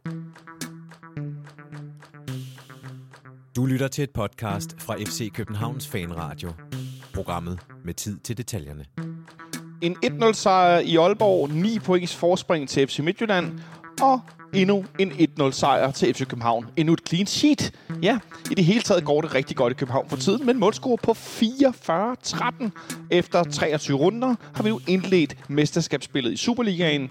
Du lytter til et podcast fra FC Københavns Fanradio. Programmet med tid til detaljerne. En 1-0-sejr i Aalborg, 9 points forspring til FC Midtjylland, og endnu en 1-0-sejr til FC København. Endnu et clean sheet. Ja, i det hele taget går det rigtig godt i København for tiden, men målscore på 44-13. Efter 23 runder har vi nu indledt mesterskabsspillet i Superligaen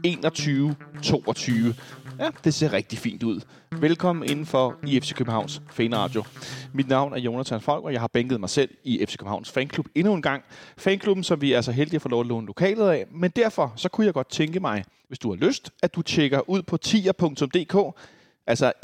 21-22. Ja, det ser rigtig fint ud. Velkommen indenfor i FC Københavns Fanradio. Mit navn er Jonathan Folk, og jeg har bænket mig selv i FC Københavns Fanklub endnu en gang. Fanklubben, som vi er så heldige at få lov at låne lokalet af. Men derfor så kunne jeg godt tænke mig, hvis du har lyst, at du tjekker ud på tier.dk, altså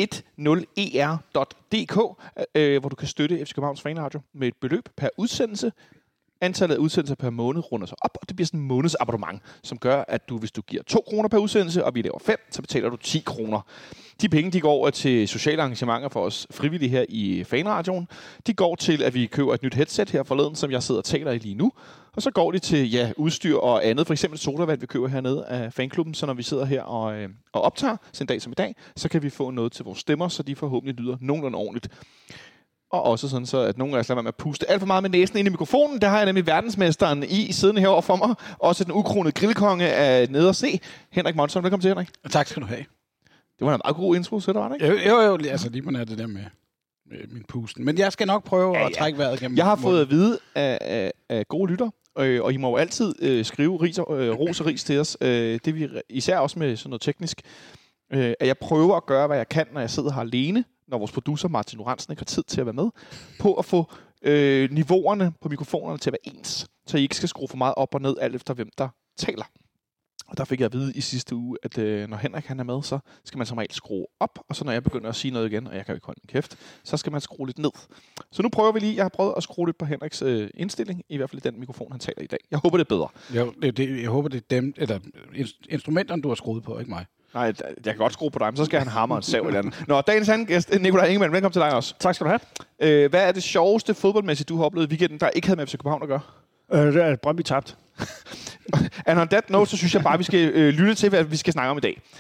10er.dk, hvor du kan støtte FC Københavns Fanradio med et beløb per udsendelse. Antallet af udsendelser per måned runder sig op, og det bliver sådan en månedsabonnement, som gør, at du, hvis du giver 2 kroner per udsendelse, og vi laver 5, så betaler du 10 kroner. De penge, de går over til sociale arrangementer for os frivillige her i Fanradioen. De går til, at vi køber et nyt headset her forleden, som jeg sidder og taler i lige nu. Og så går de til udstyr og andet. For eksempel sodavand, vi køber hernede af Fanklubben. Så når vi sidder her og optager, sådan en dag som i dag, så kan vi få noget til vores stemmer, så de forhåbentlig lyder nogenlunde ordentligt. Og også sådan så, at nogle af os lader være med at puste alt for meget med næsen ind i mikrofonen. Der har jeg nemlig verdensmesteren i siddende herovre for mig. Også den ukronede grillkonge af nede at se. Henrik Monson, velkommen til, Henrik. Tak skal du have. Det var en meget god intro, så det var det, ikke? Jo, altså lige på nær det der med min pusten. Men jeg skal nok prøve at trække vejret gennem. Jeg har fået at vide af gode lytter, og I må jo altid skrive ros og ris til os. Det vi især også med sådan noget teknisk, at jeg prøver at gøre, hvad jeg kan, når jeg sidder her alene, når vores producer Martin Lorentzen ikke har tid til at være med, på at få niveauerne på mikrofonerne til at være ens, så I ikke skal skrue for meget op og ned, alt efter hvem der taler. Og der fik jeg at vide i sidste uge, at når Henrik han er med, så skal man som regel skrue op, og så når jeg begynder at sige noget igen, og jeg kan jo ikke holde min kæft, så skal man skrue lidt ned. Så nu prøver vi lige, jeg har prøvet at skrue lidt på Henriks indstilling, i hvert fald i den mikrofon, han taler i dag. Jeg håber, det er bedre. Jeg håber, det er dem, eller instrumenterne, du har skruet på, ikke mig. Nej, jeg kan godt skrue på dig, men så skal han hammer en sav eller andet. Nå, dagens anden gæst, Nikolaj Ingemann, velkommen til dig også. Tak skal du have. Hvad er det sjoveste fodboldmæssigt, du har oplevet i weekenden, der ikke havde med FC København at gøre? Det er Brøndby tabt. And on that note, så synes jeg bare, vi skal lytte til, hvad vi skal snakke om i dag.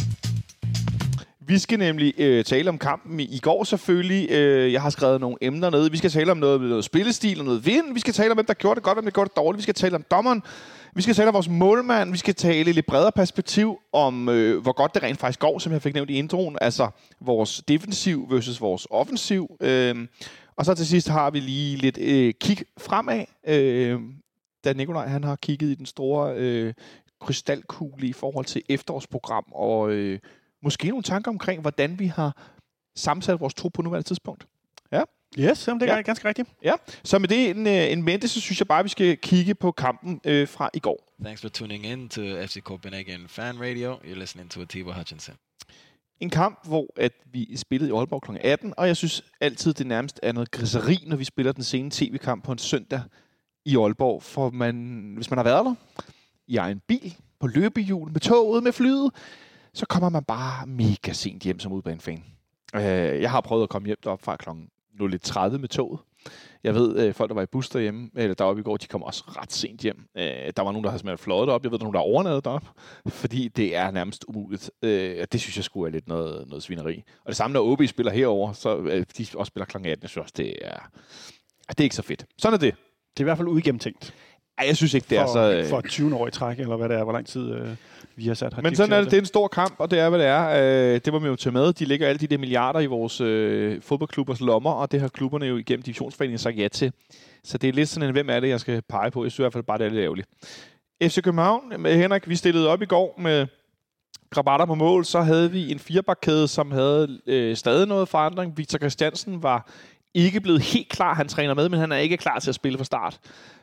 Vi skal nemlig tale om kampen i går selvfølgelig. Jeg har skrevet nogle emner ned. Vi skal tale om noget spillestil og noget vind. Vi skal tale om, hvem der gjorde det godt, hvem der gjorde det dårligt. Vi skal tale om dommeren. Vi skal tale om vores målmand. Vi skal tale i lidt bredere perspektiv om, hvor godt det rent faktisk går, som jeg fik nævnt i introen. Altså vores defensiv versus vores offensiv. Og så til sidst har vi lige lidt kig fremad. Da Nikolaj han har kigget i den store krystalkugle i forhold til efterårsprogram, og måske nogle tanker omkring, hvordan vi har sammensat vores trup på nuværende tidspunkt. Ja. Yes, det er ganske rigtigt. Ja, så med det en mente, så synes jeg bare, vi skal kigge på kampen fra i går. Thanks for tuning in to FC Copenhagen Fan Radio. You're listening to Atiba Hutchinson. En kamp, hvor at vi spillede i Aalborg kl. 18, og jeg synes altid, det nærmest er noget griseri, når vi spiller den sene tv-kamp på en søndag i Aalborg. For hvis man har været der i egen bil, på løbehjul, med toget, med flyet, så kommer man bare mega sent hjem som udbanefan. Jeg har prøvet at komme hjem derop fra kl. 01:30 med toget. Jeg ved, folk, der var i bus derhjemme, eller deroppe i går, de kom også ret sent hjem. Der var nogen, der havde simpelthen fløjet derop. Jeg ved, der er nogen, der er overnattet derop, fordi det er nærmest umuligt. Det synes jeg skulle er lidt noget svineri. Og det samme, når OB spiller herover, så de også spiller kl. 18. Jeg synes også, det er ikke så fedt. Sådan er det. Det er i hvert fald uigennemtænkt. Ej, jeg synes ikke, det er så... For 20 år i træk, eller hvad det er, hvor lang tid vi har sat. Men sådan er det. Det er en stor kamp, og det er, hvad det er. Det må man jo tage med. De lægger alle de der milliarder i vores fodboldklubbers lommer, og det har klubberne jo igennem divisionsforeningen sagt ja til. Så det er lidt sådan en, hvem er det, jeg skal pege på? Jeg synes i hvert fald bare, det er lidt ærgerligt. FC København med Henrik, vi stillede op i går med Grabater på mål. Så havde vi en firebakkæde, som havde stadig noget forandring. Victor Christiansen var ikke blevet helt klar. Han træner med, men han er ikke klar til at spille fra start.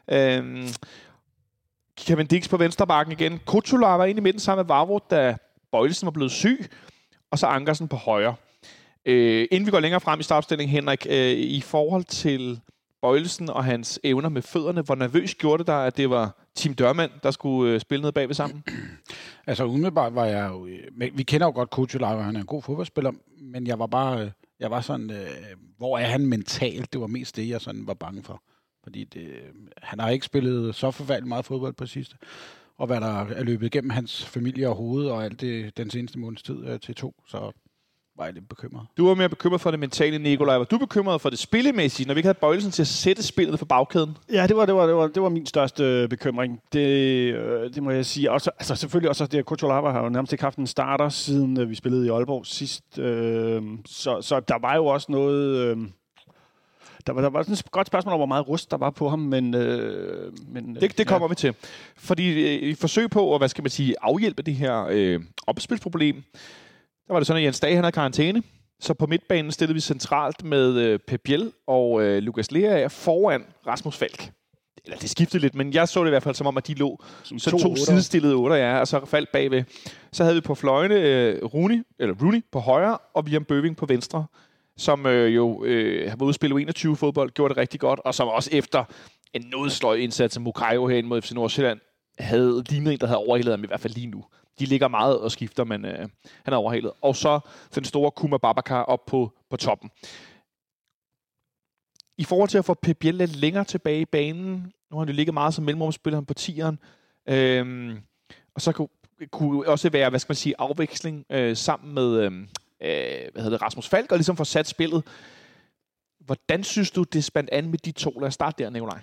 Kevin Dix på venstrebakken igen. Kutula var inde i midten sammen med Vavro, da Bøjlesen var blevet syg. Og så Ankersen på højre. Inden vi går længere frem i startopstillingen, Henrik, i forhold til Bøjlesen og hans evner med fødderne, hvor nervøs gjorde det dig, at det var Tim Dørmand, der skulle spille ned bagved sammen? Altså umiddelbart var jeg jo... Vi kender jo godt Kutula, og han er en god fodboldspiller, men jeg var sådan... hvor er han mentalt? Det var mest det, jeg sådan var bange for. Fordi han har ikke spillet så forfærdeligt meget fodbold på sidste. og hvad der er løbet igennem hans familie og hoved og alt det den seneste måneds tid til 2, så var jeg lidt bekymret. Du var mere bekymret for det mentale, Nikolaj. Var du bekymret for det spillemæssige, når vi ikke havde bøjelsen til at sætte spillet for bagkæden? Ja, det var min største bekymring. Det må jeg sige. Også, altså selvfølgelig også, at Kutsulava har jo nærmest ikke haft en starter, siden vi spillede i Aalborg sidst. Så der var jo også noget... Der var sådan et godt spørgsmål om, hvor meget rust der var på ham, men det kommer vi til. Fordi i forsøg på at, afhjælpe det her opspilsproblem, der var det sådan, at Jens Dage, han havde karantæne. Så på midtbanen stillede vi centralt med Pep Biel og Lukas Lea foran Rasmus Falk. Eller det skiftede lidt, men jeg så det i hvert fald som om, at de lå så to sidestillede 8, ja, og så Falk bagved. Så havde vi på fløjene Rooney på højre, og William Bøving på venstre, som har været ude at spille 21 fodbold, gjorde det rigtig godt, og som også efter en noget sløj indsats af Mukayo herinde mod FC Nordsjælland, havde lignet en, der havde overhældet ham i hvert fald lige nu. De ligger meget og skifter, men han er overhalet. Og så den store Kuma Babacar op på toppen. I forhold til at få Pep Biel lidt længere tilbage i banen, nu har han jo ligget meget som mellemrumspiller på 10'eren, og så kunne også være, afveksling sammen med Rasmus Falk, og ligesom få sat spillet. Hvordan synes du, det spændt an med de to? Lad os starte der, Nikolaj.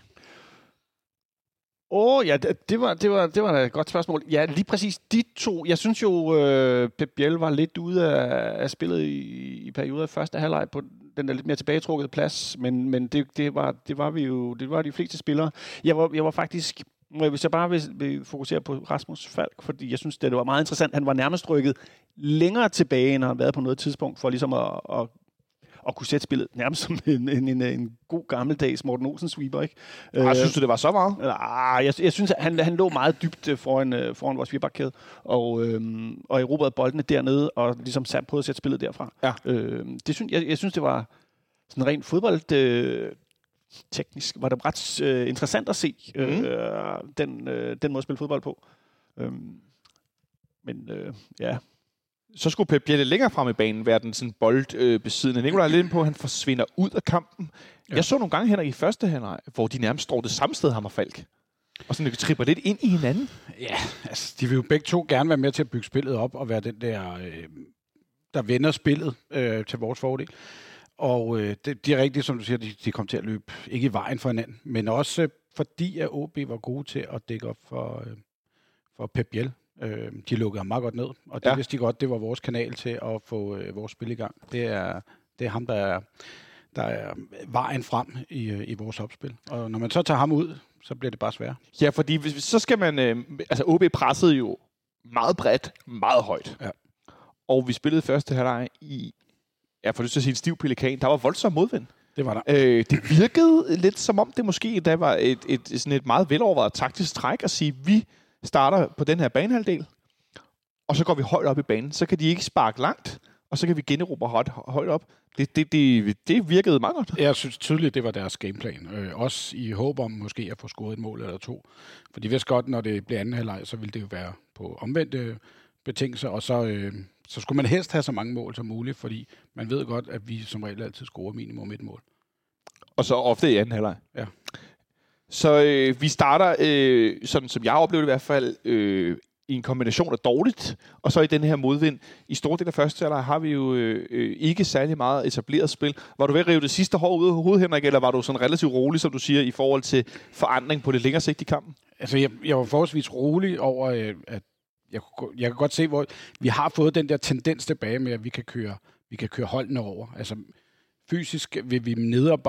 Ja, det var et godt spørgsmål. Ja, lige præcis de to. Jeg synes jo, Pep Biel var lidt ude af spillet i perioder af første halvleg på den der lidt mere tilbagetrukket plads, men det var de fleste spillere. Jeg var faktisk, hvis jeg bare vil fokusere på Rasmus Falk, fordi jeg synes, det var meget interessant. Han var nærmest rykket længere tilbage, end han havde været på noget tidspunkt, for ligesom at kunne sætte spillet nærmest som en god gammeldags Morten Olsen sweeper, ikke? Synes du, det var så meget? Jeg synes, at han lå meget dybt foran vores virebakkæde, og erobrede boldene dernede, og ligesom prøvede at sætte spillet derfra. Ja. Jeg synes, det var sådan rent fodbold... teknisk var det ret interessant at se den måde at spille fodbold på. Ja... Så skulle Pep Biel længere frem i banen være den sådan boldbesiddende. Nikolaj er lidt inde på, at han forsvinder ud af kampen. Ja. Jeg så nogle gange, Henrik, i første halvleg, hvor de nærmest står det samme sted, ham og Falk. Og sådan, de tripper lidt ind i hinanden. Ja, altså, de vil jo begge to gerne være med til at bygge spillet op, og være den der vender spillet til vores fordel. Og det er rigtigt, som du siger, de kom til at løbe ikke i vejen for hinanden, men også fordi, at OB var gode til at dække op for Pep Biel. De lukkede ham meget godt ned, og det vidste de godt, det var vores kanal til at få vores spil i gang. Det er ham, der er vejen frem i vores opspil. Og når man så tager ham ud, så bliver det bare svært. Ja, fordi så skal man... OB pressede jo meget bredt, meget højt. Ja. Og vi spillede første halvleg i... Jeg får lyst til at sige en stiv pelikan. Der var voldsom modvind. Det var der. Det virkede lidt som om det måske der var et meget velovervejet taktisk træk at sige, vi starter på den her banehalvdel, og så går vi højt op i banen. Så kan de ikke sparke langt, og så kan vi generobre højt op. Det virkede meget godt. Jeg synes tydeligt, det var deres gameplan. Også i håb om måske at få scoret et mål eller to. For de vidste godt, når det bliver anden halvleg, så ville det jo være på omvendte betingelser, og så skulle man helst have så mange mål som muligt, fordi man ved godt, at vi som regel altid scorer minimum et mål. Og så ofte i anden halvleg. Ja. Så vi starter, sådan som jeg oplevede i hvert fald, i en kombination af dårligt, og så i den her modvind. I store del af første halvleg har vi jo ikke særlig meget etableret spil. Var du ved at rive det sidste hår ud af hovedet, Henrik, eller var du sådan relativt rolig, som du siger, i forhold til forandring på det længere sigt i kampen? Altså, jeg var forholdsvis rolig over, at jeg kan godt se, hvor vi har fået den der tendens tilbage med, at vi kan køre holdene over. Altså, fysisk vil vi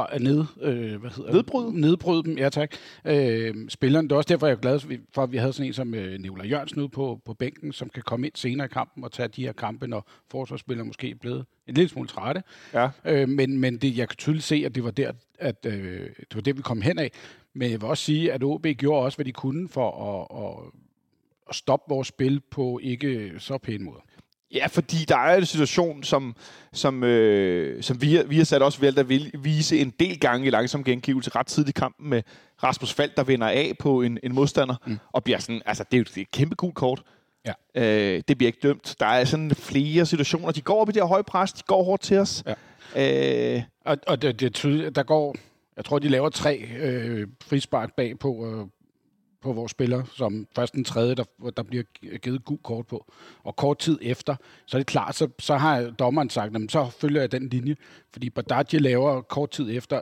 nedbryde dem. Ja, tak. Spilleren, det er også derfor, jeg er glad for, at vi havde sådan en som Nikolaj Jørgensen ude på bænken, som kan komme ind senere i kampen og tage de her kampe, når forsvarsspillere måske er blevet en lille smule trætte. Ja. Men jeg kan tydeligt se, at det var der, det var det, vi kom hen af. Men jeg vil også sige, at OB gjorde også, hvad de kunne for at stoppe vores spil på ikke så pæne måder. Ja, fordi der er en situation, som vi har sat også valgt at vise en del gange i langsom gengivelse ret tidligt i kampen med Rasmus Falk, der vinder af på en modstander, og bliver sådan, altså det er jo et kæmpe gult kort. Ja. Det bliver ikke dømt. Der er sådan flere situationer, de går op i det her høje pres, de går hårdt til os. Ja. Og det er tydeligt, der går, jeg tror, de laver 3 frispark bagpå, på vores spillere, som først den tredje, der bliver givet gul kort på. Og kort tid efter, så er det klart, så har dommeren sagt, så følger jeg den linje. Fordi Bardghji laver kort tid efter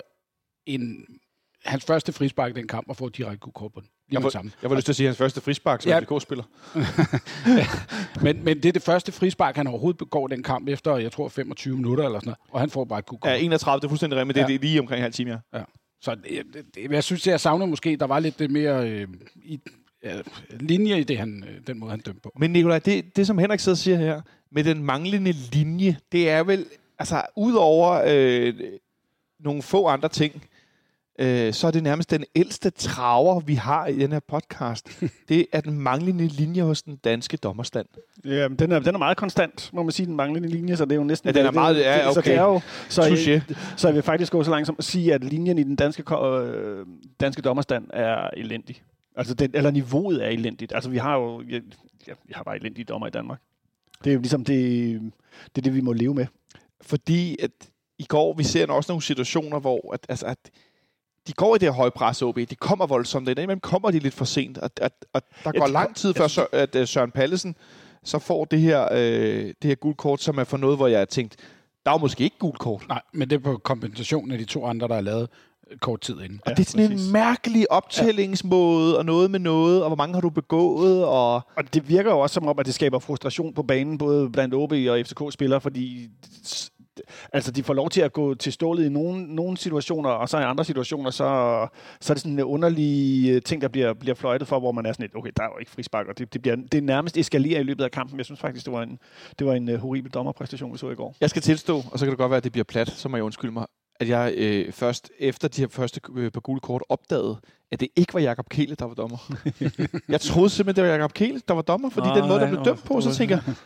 hans første frispark i den kamp og får direkte gul kort på den. Jeg var lyst til at sige hans første frispark som FCK-spiller. men det er det første frispark, han overhovedet begår den kamp efter, jeg tror, 25 minutter eller sådan noget. Og han får bare et gul kort. Ja, 31, det er fuldstændig rigtigt, men det er lige omkring halv time, ja. Så jeg synes, jeg savner måske, der var lidt mere linje i det, den måde, han dømte på. Men Nikolaj, det som Henrik sidder og siger her, med den manglende linje, det er vel, altså udover nogle få andre ting, så er det nærmest den ældste traver, vi har i den her podcast. Det er den manglende linje hos den danske dommerstand. Ja, den er meget konstant, må man sige, den manglende linje, så det er jo næsten... Ja, den er meget... Ja, okay. Så jeg vil faktisk gå så langt som at sige, at linjen i den danske dommerstand er elendig. Altså eller niveauet er elendigt. Altså vi har jo... vi har bare elendige dommer i Danmark. Det er jo ligesom det, vi må leve med. Fordi at i går, vi ser også nogle situationer, hvor at de går i det her høje pres, OB. De kommer voldsomt ind, men kommer de lidt for sent. Og der går lang tid før, at Søren Pallesen så får det her gult kort, som er for noget, hvor jeg har tænkt, der er måske ikke gult kort. Nej, men det er på kompensation af de to andre, der er lavet kort tid inden. Og det er sådan en mærkelig optællingsmåde, og noget med noget, og hvor mange har du begået. Og det virker jo også som om, at det skaber frustration på banen, både blandt OB og FCK-spillere, fordi... Altså, de får lov til at gå til stålet i nogle situationer, og så i andre situationer, så er det sådan en underlig ting, der bliver fløjtet for, hvor man er sådan lidt, okay, der er jo ikke frispark, og det nærmest eskalerer i løbet af kampen. Jeg synes faktisk, det var en horribel dommerpræstation, vi så i går. Jeg skal tilstå, og så kan det godt være, at det bliver plat, så må jeg undskylde mig, at jeg først efter de her første på gule kort opdagede, at det ikke var Jakob Kehle, der var dommer. Jeg troede simpelthen, det var Jakob Kehle, der var dommer, fordi den måde, der blev dømt på, så tænker jeg,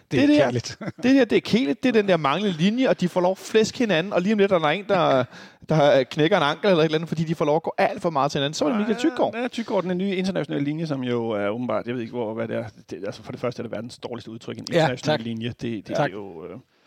det er Kehle, det er den der manglende linje, og de får lov at flæske hinanden, og lige om lidt er der en, der knækker en ankel eller et eller andet, fordi de får lov at gå alt for meget til hinanden. Så var det Michael Tyggaard. Ja, Tyggaard, den nye internationale linje, som jo er åbenbart, jeg ved ikke, hvad det er. Altså for det første er det verdens dårligste udtryk, en international linje. Det er jo...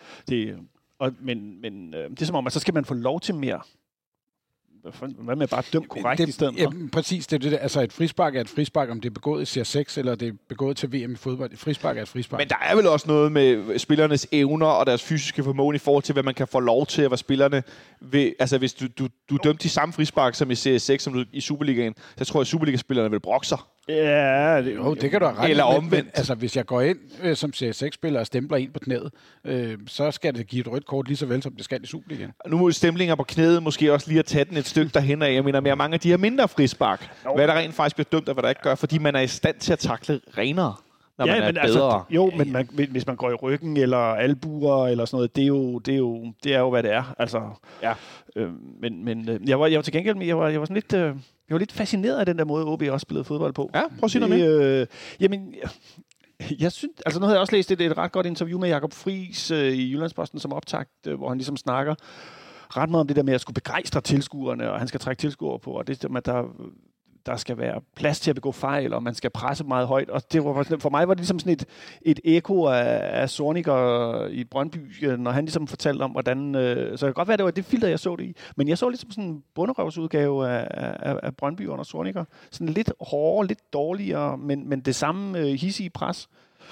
Men det er som om, at så skal man få lov til mere. Hvad med bare dømt korrekt i stedet for? Præcis, det er det. Altså et frispark er et frispark, om det er begået i Serie 6, eller det er begået til VM i fodbold. Et frispark er et frispark. Men der er vel også noget med spillernes evner og deres fysiske formåen i forhold til, hvad man kan få lov til, at hvad spillerne vil. Altså hvis du dømte de samme frispark som i Serie 6, som i Superligaen, så tror jeg, at Superliga-spillerne vil brokke sig. Ja, det kan du have ret. Eller omvendt. Altså, hvis jeg går ind som CSX-spiller og stempler en på knæet, så skal det give et rødt kort lige så vel, som det skal i Superligaen. Nu må stemplinger på knæet måske også lige at tage den et stykke derhen af. Jeg mener mere mange af de her mindre frispark. Hvad der rent faktisk bliver dømt, og hvad der ikke gør, fordi man er i stand til at takle renere, når man er bedre. Altså, men hvis man går i ryggen, eller albuer, eller sådan noget, det er jo, hvad det er. Altså, ja. Men jeg var til gengæld med, jeg var sådan lidt... Jeg var lidt fascineret af den der måde, OB også spillede fodbold på. Ja, prøv at sige noget mere. Jamen, jeg synes... Altså, nu havde jeg også læst et ret godt interview med Jakob Friis i Jyllandsposten som optakt, hvor han ligesom snakker ret meget om det der med at skulle begejstre tilskuerne, og han skal trække tilskuere på, og det med, der skal være plads til at begå fejl, og man skal presse meget højt. Og det var, for mig var det ligesom sådan et ekko af Zorniger i Brøndby, når han ligesom fortalte om, hvordan... Så det kan godt være, det var det filter, jeg så det i. Men jeg så ligesom sådan en bunderøvsudgave af Brøndby under Zorniger. Sådan lidt hårdere, lidt dårligere, men det samme hissige pres.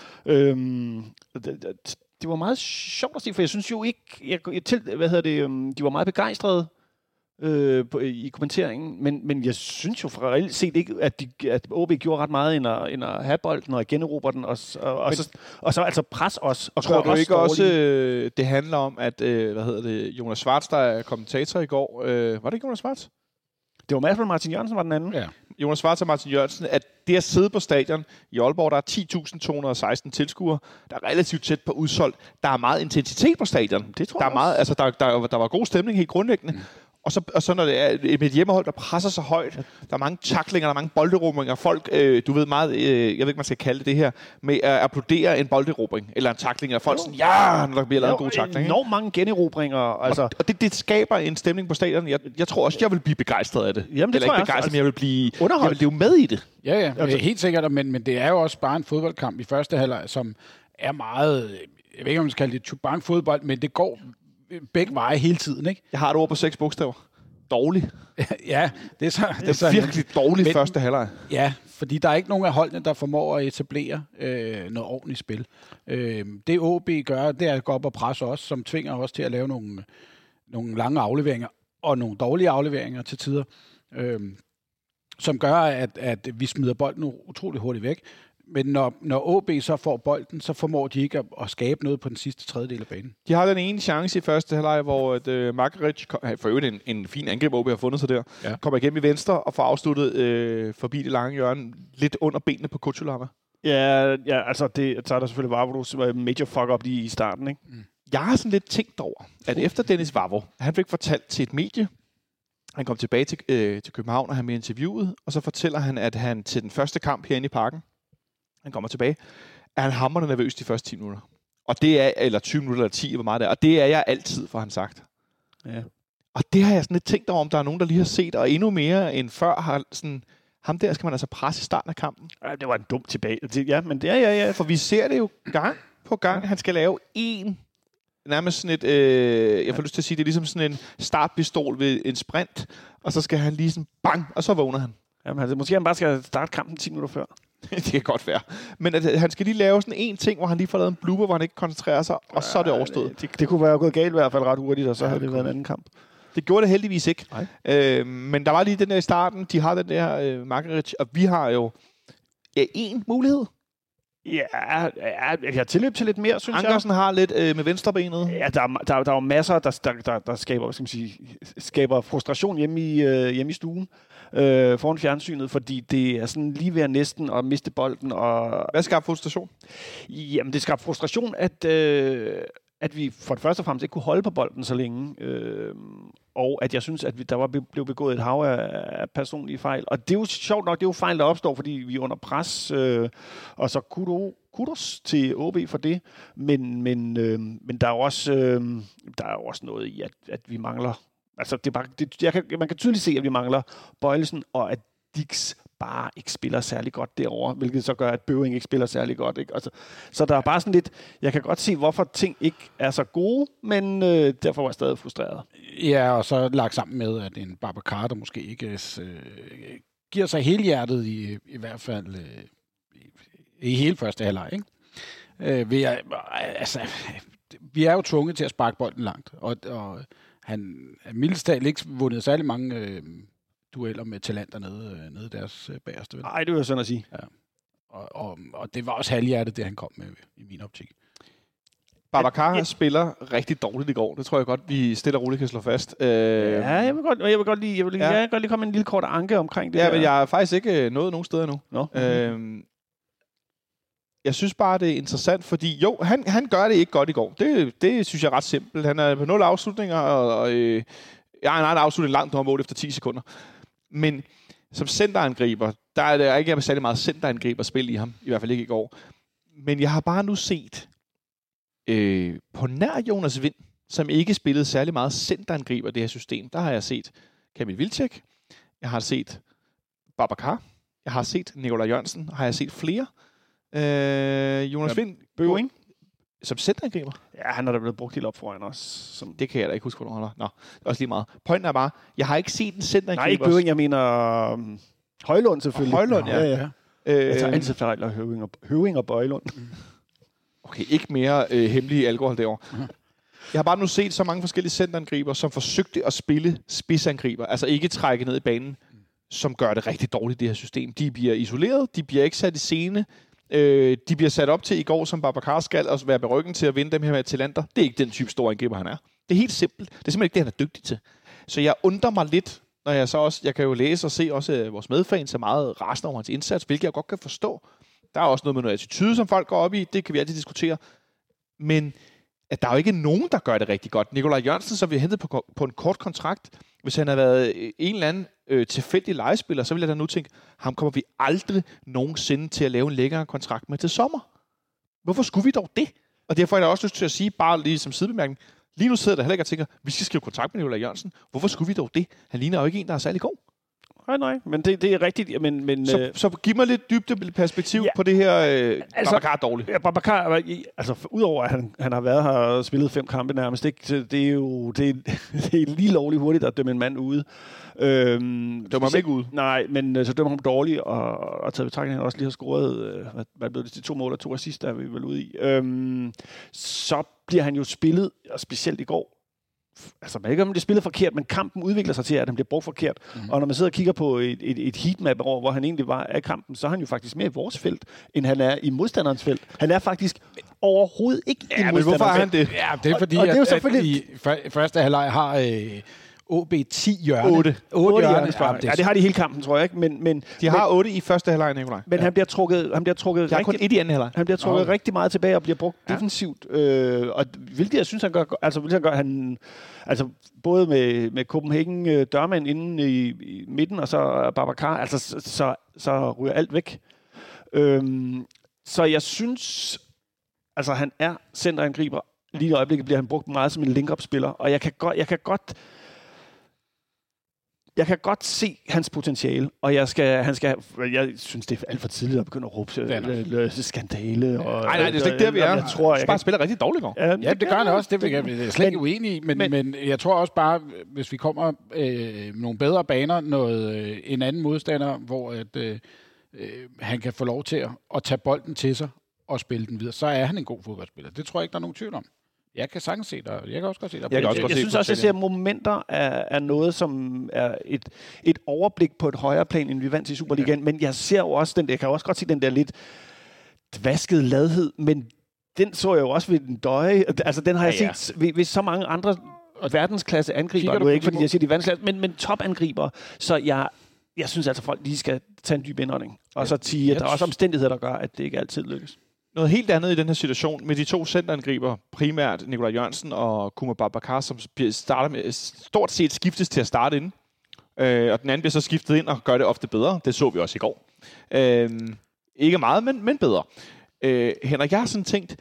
Det var meget sjovt at se, for jeg synes jo ikke... de var meget begejstrede i kommenteringen, men jeg synes jo for reelt set ikke, at OB gjorde ret meget end at have bolden og generobre den, og så altså pres os. Og tror du ikke også, det handler om, at Jonas Schwartz, der er kommentator i går, var det ikke Jonas Schwartz? Det var i hvert fald Martin Jørgensen, var den anden. Ja. Jonas Schwartz og Martin Jørgensen, at det at sidde på stadion i Aalborg, der er 10.216 tilskuere, der er relativt tæt på udsolgt. Der er meget intensitet på stadion. Det tror jeg meget, altså, der var god stemning helt grundlæggende. Og så når det er med et hjemmehold, der presser sig højt, der er mange tacklinger, der er mange bolderobninger, folk, du ved meget, jeg ved ikke, man skal kalde det her, med at applaudere en bolderobring, eller en tackling, eller folk sådan, ja, når der bliver lavet en god tackling. Enormt mange generobringer. Altså. Og det skaber en stemning på stadion. Jeg tror også, jeg vil blive begejstret af det. Jamen, det eller ikke begejstret, men jeg vil blive underholdt. Jeg vil leve med i det. Ja, altså. Helt sikkert, men det er jo også bare en fodboldkamp i første halvleg, som er meget, jeg ved ikke, om man skal kalde det chubank-fodbold, men det går begge veje hele tiden, ikke? Jeg har et ord på 6 bogstaver. dårlig. Ja, det er så virkelig dårlig første halvleg. Ja, fordi der er ikke nogen af holdene, der formår at etablere noget ordentligt spil. Det OB gør, det er at gå op og presse os, som tvinger os til at lave nogle lange afleveringer og nogle dårlige afleveringer til tider, som gør, at vi smider bolden utrolig hurtigt væk. Men når OB så får bolden, så formår de ikke at skabe noget på den sidste tredjedel af banen. De har den ene chance i første halvleg, hvor Margaric, for øvrigt en fin angreb, OB har fundet sig der, kommer igennem i venstre og får afsluttet forbi det lange hjørne, lidt under benene på Kutsulava. Ja, altså så er der selvfølgelig Vavros major fuck-up lige i starten, ikke? Jeg har sådan lidt tænkt over, at efter Dennis Vavro, han fik fortalt til et medie, han kom tilbage til København, og han blev interviewet, og så fortæller han, at han til den første kamp herinde i parken, han kommer tilbage, er han hamrende nervøs de første 10 minutter. Og det er, eller 20 minutter eller 10, hvor meget det er. Og det er jeg altid, for han sagt. Ja. Og det har jeg sådan lidt tænkt over, om der er nogen, der lige har set, og endnu mere end før har sådan, ham der skal man altså presse i starten af kampen. Ja, det var en dum tilbage. Ja, men det er ja. For vi ser det jo gang på gang. Han skal lave nærmest sådan et, jeg får lyst til at sige, det er ligesom sådan en startpistol ved en sprint, og så skal han lige sådan bang, og så vågner han. Jamen, altså, måske han bare skal starte kampen 10 minutter før. Det kan godt være. Men at han skal lige lave sådan en ting, hvor han lige får lavet en blooper, hvor han ikke koncentrerer sig, og så er det overstået. Det kunne være gået galt i hvert fald ret hurtigt, og så havde det været en anden kamp. Det gjorde det heldigvis ikke. Men der var lige den der i starten. De har den der Margaric, og vi har jo en mulighed. Ja, jeg har tilløb til lidt mere, synes jeg. Ankersen har lidt med venstrebenet. Ja, der er jo masser, der skaber, skal man sige, skaber frustration hjemme i stuen foran fjernsynet, fordi det er sådan lige ved at næsten at miste bolden. Og hvad skaber frustration? Jamen, det skaber frustration, at vi for det første og fremmest ikke kunne holde på bolden så længe, og at jeg synes, at der blev begået et hav af personlige fejl. Og det er jo sjovt nok, det er jo fejl, der opstår, fordi vi er under pres, og så kudos til OB for det. Men der er jo også noget i, at vi mangler. Altså, man kan tydeligt se, at vi mangler Bøjlesen, og at Dix bare ikke spiller særlig godt derovre, hvilket så gør, at Bøving ikke spiller særlig godt. Ikke? Altså, så der er bare sådan lidt, jeg kan godt se, hvorfor ting ikke er så gode, men derfor var jeg stadig frustreret. Ja, og så lagt sammen med, at en Babacar, der måske ikke giver sig helhjertet i hvert fald i hele første halvleg, ikke? Vi er jo tvunget til at sparke bolden langt, og han er mildest talt ikke vundet særlig mange dueller med talenter nede deres bagerste ven. Nej, det vil jeg sådan at sige. Ja. Og det var også halvhjertet, det han kom med i min optik. Babacar spiller rigtig dårligt i går. Det tror jeg godt, vi stille og roligt kan slå fast. Ja, jeg vil godt lige komme med en lille kort anke omkring det. Ja, men jeg har faktisk ikke nået nogen steder endnu. No. Jeg synes bare, det er interessant, fordi jo, han gør det ikke godt i går. Det synes jeg er ret simpelt. Han er på 0 afslutninger, og han har en afslutning langt over mål efter 10 sekunder. Men som centerangriber, der er der ikke særlig meget centerangriber-spil i ham. I hvert fald ikke i går. Men jeg har bare nu set på nær Jonas Vind, som ikke spillede særlig meget centerangriber det her system. Der har jeg set Kamil Vilcek. Jeg har set Babacar. Jeg har set Nikolaj Jørgensen. Har jeg set flere. Jonas Vind. Bøving. Som centerangriber? Ja, han er da blevet brugt helt op foran os. Det kan jeg da ikke huske, hvornår han var. Nå, det er også lige meget. Pointen er bare, jeg har ikke set en centerangriber. Nej, ikke Bøving, jeg mener Højlund selvfølgelig. Højlund, ja. Jeg tager altid fejl af Høving og Bøjlund. Okay, ikke mere hemmelige alkohol derovre. Jeg har bare nu set så mange forskellige centerangriber, som forsøgte at spille spidsangriber. Altså ikke trække ned i banen, som gør det rigtig dårligt, det her system. De bliver isoleret, de bliver ikke sat i scene. De bliver sat op til i går, som Babacar skal, og være på ryggen til at vinde dem her med talenter. Det er ikke den type store angriber, han er. Det er helt simpelt. Det er simpelthen ikke det, han er dygtig til. Så jeg undrer mig lidt, når jeg kan jo læse og se også vores medfans er meget rasende over hans indsats, hvilket jeg godt kan forstå. Der er også noget med noget attitude, som folk går op i. Det kan vi altid diskutere. Men at der er jo ikke nogen, der gør det rigtig godt. Nikolaj Jørgensen, som vi har hentet på en kort kontrakt, hvis han har været en eller anden tilfældig legespiller, så vil jeg da nu tænke, ham kommer vi aldrig nogensinde til at lave en længere kontrakt med til sommer. Hvorfor skulle vi dog det? Og derfor er jeg også lyst til at sige, bare lige som sidebemærkning, lige nu sidder der heller ikke og tænker, vi skal skrive kontrakt med Nikolaj Jørgensen. Hvorfor skulle vi dog det? Han ligner jo ikke en, der er særlig god. Nej, men det er rigtigt. Men, så giv mig lidt dybde perspektiv på det her. Babacar er dårligt. Ja, Babacar, altså udover at han har været her og spillet 5 kampe nærmest, ikke, det er jo det er lige lovligt hurtigt at dømme en mand ude. Dømmer ham ikke ud? Nej, men så dømmer ham dårligt, og taget betragtning, han også lige har scoret, hvad blev det til 2 mål og 2 assist, der er vi vel ude i. Så bliver han jo spillet, og specielt i går, altså man ikke om det spillet forkert, men kampen udvikler sig til, at han bliver brugt forkert. Og når man sidder og kigger på et heatmap over, hvor han egentlig var af kampen, så er han jo faktisk mere i vores felt, end han er i modstanderens felt. Han er faktisk overhovedet ikke i modstanderens felt. Men hvorfor er han det? Ja, det er fordi, og det er jo selvfølgelig... at i første halvleg har OB 10 hjørne. 8 hjørne. Ja, det har de hele kampen, tror jeg ikke. Men de har 8 i første halvleg, Nikolaj. Men han bliver trukket der er kun 1 i anden halvleg. Han bliver trukket rigtig meget tilbage og bliver brugt defensivt. Og hvilket jeg synes, han gør... Altså, både med Copenhagen dørmand inde i midten, og så Babacar, altså, så ryger alt væk. Så jeg synes... Altså, han er centerangriber. Lige i øjeblikket bliver han brugt meget som en link-up-spiller, og jeg kan godt se hans potentiale, og jeg synes, det er alt for tidligt at begynde at råbe skandale. Nej, det er slet ikke der, vi er. Jeg tror, jeg spiller rigtig dårligt går. Ja, det gør han også. Det er jeg slet ikke uenig i, men jeg tror også bare, hvis vi kommer nogle bedre baner, en anden modstander, hvor han kan få lov til at tage bolden til sig og spille den videre, så er han en god fodboldspiller. Det tror jeg ikke, der er nogen tvivl om. Jeg kan sagtens se dig. Jeg kan også godt se dig. Jeg synes også, at jeg ser momenter af noget, som er et overblik på et højere plan, end vi vandt til Superligaen. Ja. Men jeg ser jo også jeg kan også godt se den der lidt dvaskede ladhed, men den så jeg jo også ved den døje. Altså, den har jeg set ved så mange andre verdensklasse angriber. Nu er ikke, fordi jeg siger, de er verdensklasse, men topangriber. Så jeg synes altså, folk lige skal tage en dyb indånding. Og så sige, at der er også omstændigheder, der gør, at det ikke altid lykkes. Noget helt andet i den her situation med de 2 centerangriber, primært Nikolaj Jørgensen og Kuma Babacar, som starter med stort set skiftes til at starte ind. Og den anden bliver så skiftet ind og gør det ofte bedre. Det så vi også i går. Ikke meget, men bedre. Henrik, jeg har sådan tænkt,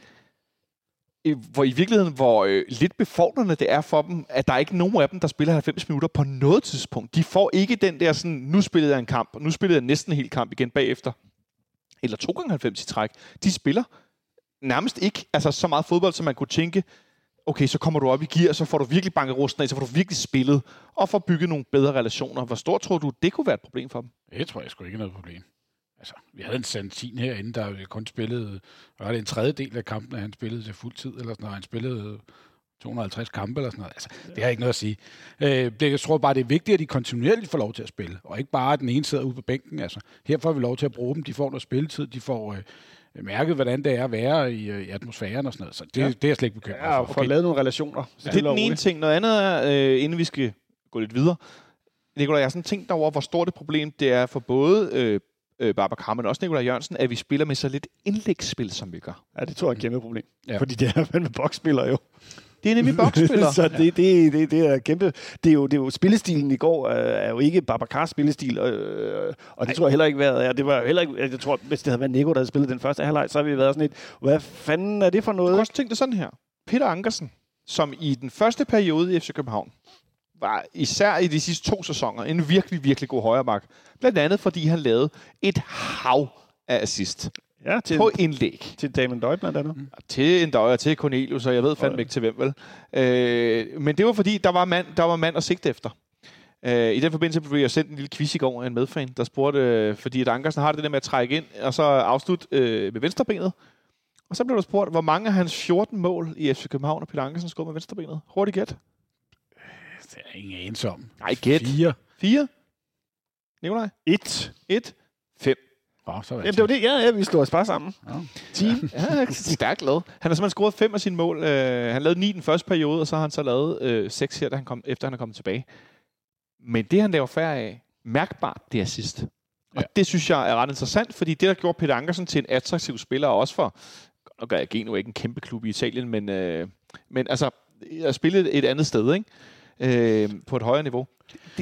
hvor i virkeligheden, hvor lidt befordrende det er for dem, at der er ikke nogen af dem, der spiller 90 minutter på noget tidspunkt. De får ikke den der sådan, nu spillede jeg en kamp, og nu spillede jeg næsten en hel kamp igen bagefter. Eller 2 gange 90 i træk. De spiller nærmest ikke så meget fodbold, som man kunne tænke, okay, så kommer du op i gear, så får du virkelig banket rusten af, så får du virkelig spillet, og får bygget nogle bedre relationer. Hvor stort tror du, det kunne være et problem for dem? Det tror jeg sgu ikke er noget problem. Altså, vi havde en Santin herinde, der kun spillede, var det en tredjedel af kampen, at han spillede til fuld tid, eller sådan noget. Han spillede 250 kampe eller sådan noget. Altså, det har ikke noget at sige. Jeg tror bare, det er vigtigt, at de kontinuerligt får lov til at spille, og ikke bare, at den ene sidder ude på bænken. Altså, her får vi lov til at bruge dem. De får noget spilletid. De får mærket, hvordan det er at være i atmosfæren og sådan noget. Så det er jeg slet ikke bekymret for. Ja, og få lavet nogle relationer. Det er den ene ting. Noget andet er, inden vi skal gå lidt videre. Nikolaj, jeg har sådan tænkt over, hvor stort et problem det er for både Babacar, men også Nikolaj Jørgensen, at vi spiller med så lidt indlægsspil, som vi gør. Ja, det tror jeg er et kæmpe problem. Ja. Fordi det er med boksspillere jo. Det er nemlig boksspillere. Så det er kæmpe. Det er jo spillestilen i går er jo ikke Babacars spillestil, og det tror jeg heller ikke været. Det var heller ikke. Jeg tror, hvis det havde været Nico, der havde spillet den første halvleg, så havde vi været sådan et. Hvad fanden er det for noget? Du kan også tænke det sådan her. Peter Ankersen, som i den første periode i FC København var især i de sidste 2 sæsoner en virkelig, virkelig god højreback. Blandt andet, fordi han lavede et hav af assist. Ja, på indlæg. Til Damon Døj blandt andet. Til en Døj og til Cornelius, og jeg ved fandme ikke til hvem, vel. Men det var fordi, der var mand at sigte efter. I den forbindelse blev jeg sendt en lille quiz i går af en medfan, der spurgte, fordi at Ankersen har det der med at trække ind, og så afslutte med venstrebenet. Og så blev der spurgt, hvor mange af hans 14 mål i FC København og Peter Ankersen skåede med venstrebenet? Hurtigt gæt. Det er ingen anelse om. Nej, gæt. 4. Nikolaj? 1. 5. Jamen, det var det. Ja, vi slår os bare sammen. Ja. Team. Ja, stærkt lavet. Han har simpelthen scoret 5 af sine mål. Han lavede 9 den første periode, og så har han så lavet 6 her, efter han er kommet tilbage. Men det, han laver færre af, mærkbart, det er sidst. Og det synes jeg er ret interessant, fordi det, der gjorde Peter Ankersen til en attraktiv spiller, også for, nu gør jeg Geno ikke en kæmpe klub i Italien, men altså, at spille et andet sted, ikke? På et højere niveau.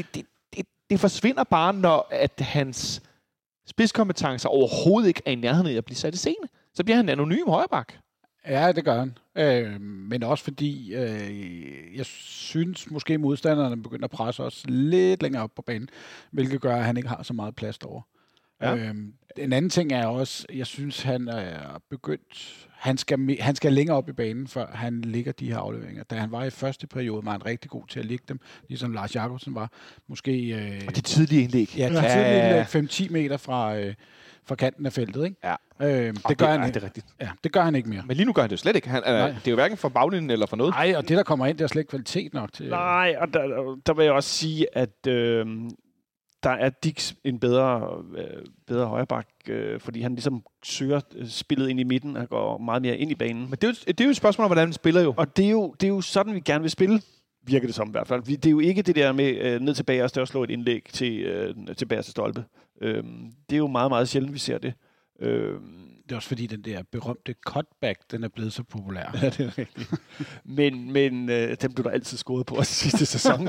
Det forsvinder bare, når at hans spidskompetencer overhovedet ikke er i nærheden af at blive sat i scene. Så bliver han en anonym højreback. Ja, det gør han. Men også fordi, jeg synes måske modstanderne begynder at presse os lidt længere op på banen, hvilket gør, at han ikke har så meget plads derovre. Ja. En anden ting er også, jeg synes, han er begyndt... Han skal længere op i banen, før han ligger de her afleveringer. Da han var i første periode, var han rigtig god til at ligge dem, ligesom Lars Jacobsen var. Måske... og det tidlige indlæg. Ja, det tidlige indlæg, 5-10 meter fra kanten af feltet, ikke? Ja. Det gør han ikke. Det er rigtigt. Ja, det gør han ikke mere. Men lige nu gør han det jo slet ikke. Det er jo hverken for baglinjen eller for noget. Nej, og det, der kommer ind, det er slet ikke kvalitet nok til... Nej, og der vil jeg også sige, at der er Dix en bedre højreback, fordi han ligesom søger spillet ind i midten og går meget mere ind i banen. Men det er jo et spørgsmål om, hvordan han spiller jo. Og det er jo sådan, vi gerne vil spille, virker det som i hvert fald. Det er jo ikke det der med ned tilbage og slå et indlæg til bagerste stolpe. Det er jo meget, meget sjældent, vi ser det. Det er også fordi, den der berømte cutback, den er blevet så populær. Ja, det er rigtigt. men dem blev der altid scoret på os sidste sæson.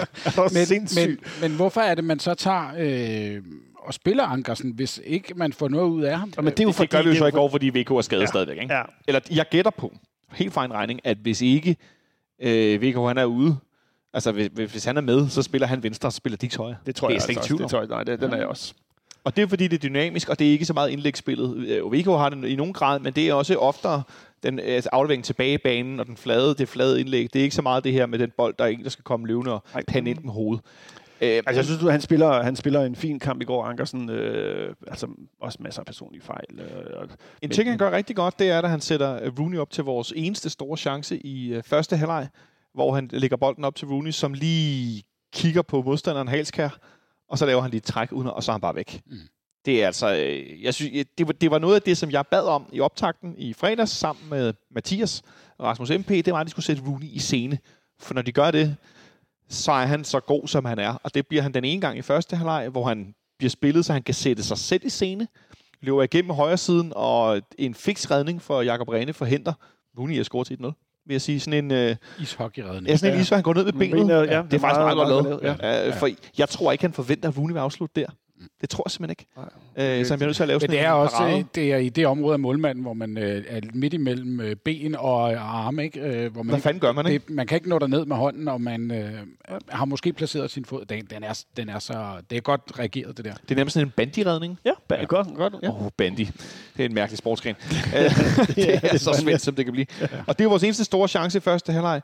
men hvorfor er det, man så tager og spiller Ankersen, hvis ikke man får noget ud af ham? Men det gør vi jo så i går, fordi VK er skadet stadigvæk. Ikke? Ja. Eller jeg gætter på, helt fra en regning, at hvis ikke VK han er ude, altså hvis han er med, så spiller han venstre, og så spiller Dix højre. Det tror jeg ikke. Den er jeg også. Og det er fordi, det er dynamisk, og det er ikke så meget indlægsspillet. VK har det i nogen grad, men det er også oftere den aflevering tilbage i banen, og det flade indlæg. Det er ikke så meget det her med den bold, der er en, der skal komme løvende og pande ind med hovedet. Altså, jeg synes, han spiller en fin kamp i går, Ankersen. Altså, også masser af personlige fejl. En ting, han gør rigtig godt, det er, at han sætter Rooney op til vores eneste store chance i første halvleg, hvor han lægger bolden op til Rooney, som lige kigger på modstanderen Halskær, og så laver han lige et træk, og så er han bare væk. Mm. Det er altså, jeg synes, det var noget af det, som jeg bad om i optakten i fredags, sammen med Mathias og Rasmus MP, det var, at de skulle sætte Rooney i scene. For når de gør det, så er han så god, som han er. Og det bliver han den ene gang i første halvleg, hvor han bliver spillet, så han kan sætte sig selv i scene, løber igennem højre siden, og en fiks redning for Jakob Rene forhindrer Rooney at score til 1-0. Vil jeg sige, sådan en... ishockeyredning. Ja, sådan en han går ned med benet. Ja, det er faktisk meget godt lavet. Ja. For jeg tror ikke, han forventer, at Rooney vil afslutte der. Det tror jeg simpelthen ikke. Så han bliver nødt til at lave sådan det er også det er i det område af målmanden, hvor man er midt imellem ben og arme, ikke? Hvor man hvad fanden gør man, ikke? Man kan ikke nå derned med hånden, og man har måske placeret sin fod. Den er så... Det er godt reageret, det der. Det er nærmest sådan en bandy-redning. Ja, godt. Ja. Bandy. Det er en mærkelig sportsgren. Det er så svært, som det kan blive. Og det er vores eneste store chance i første halvleg.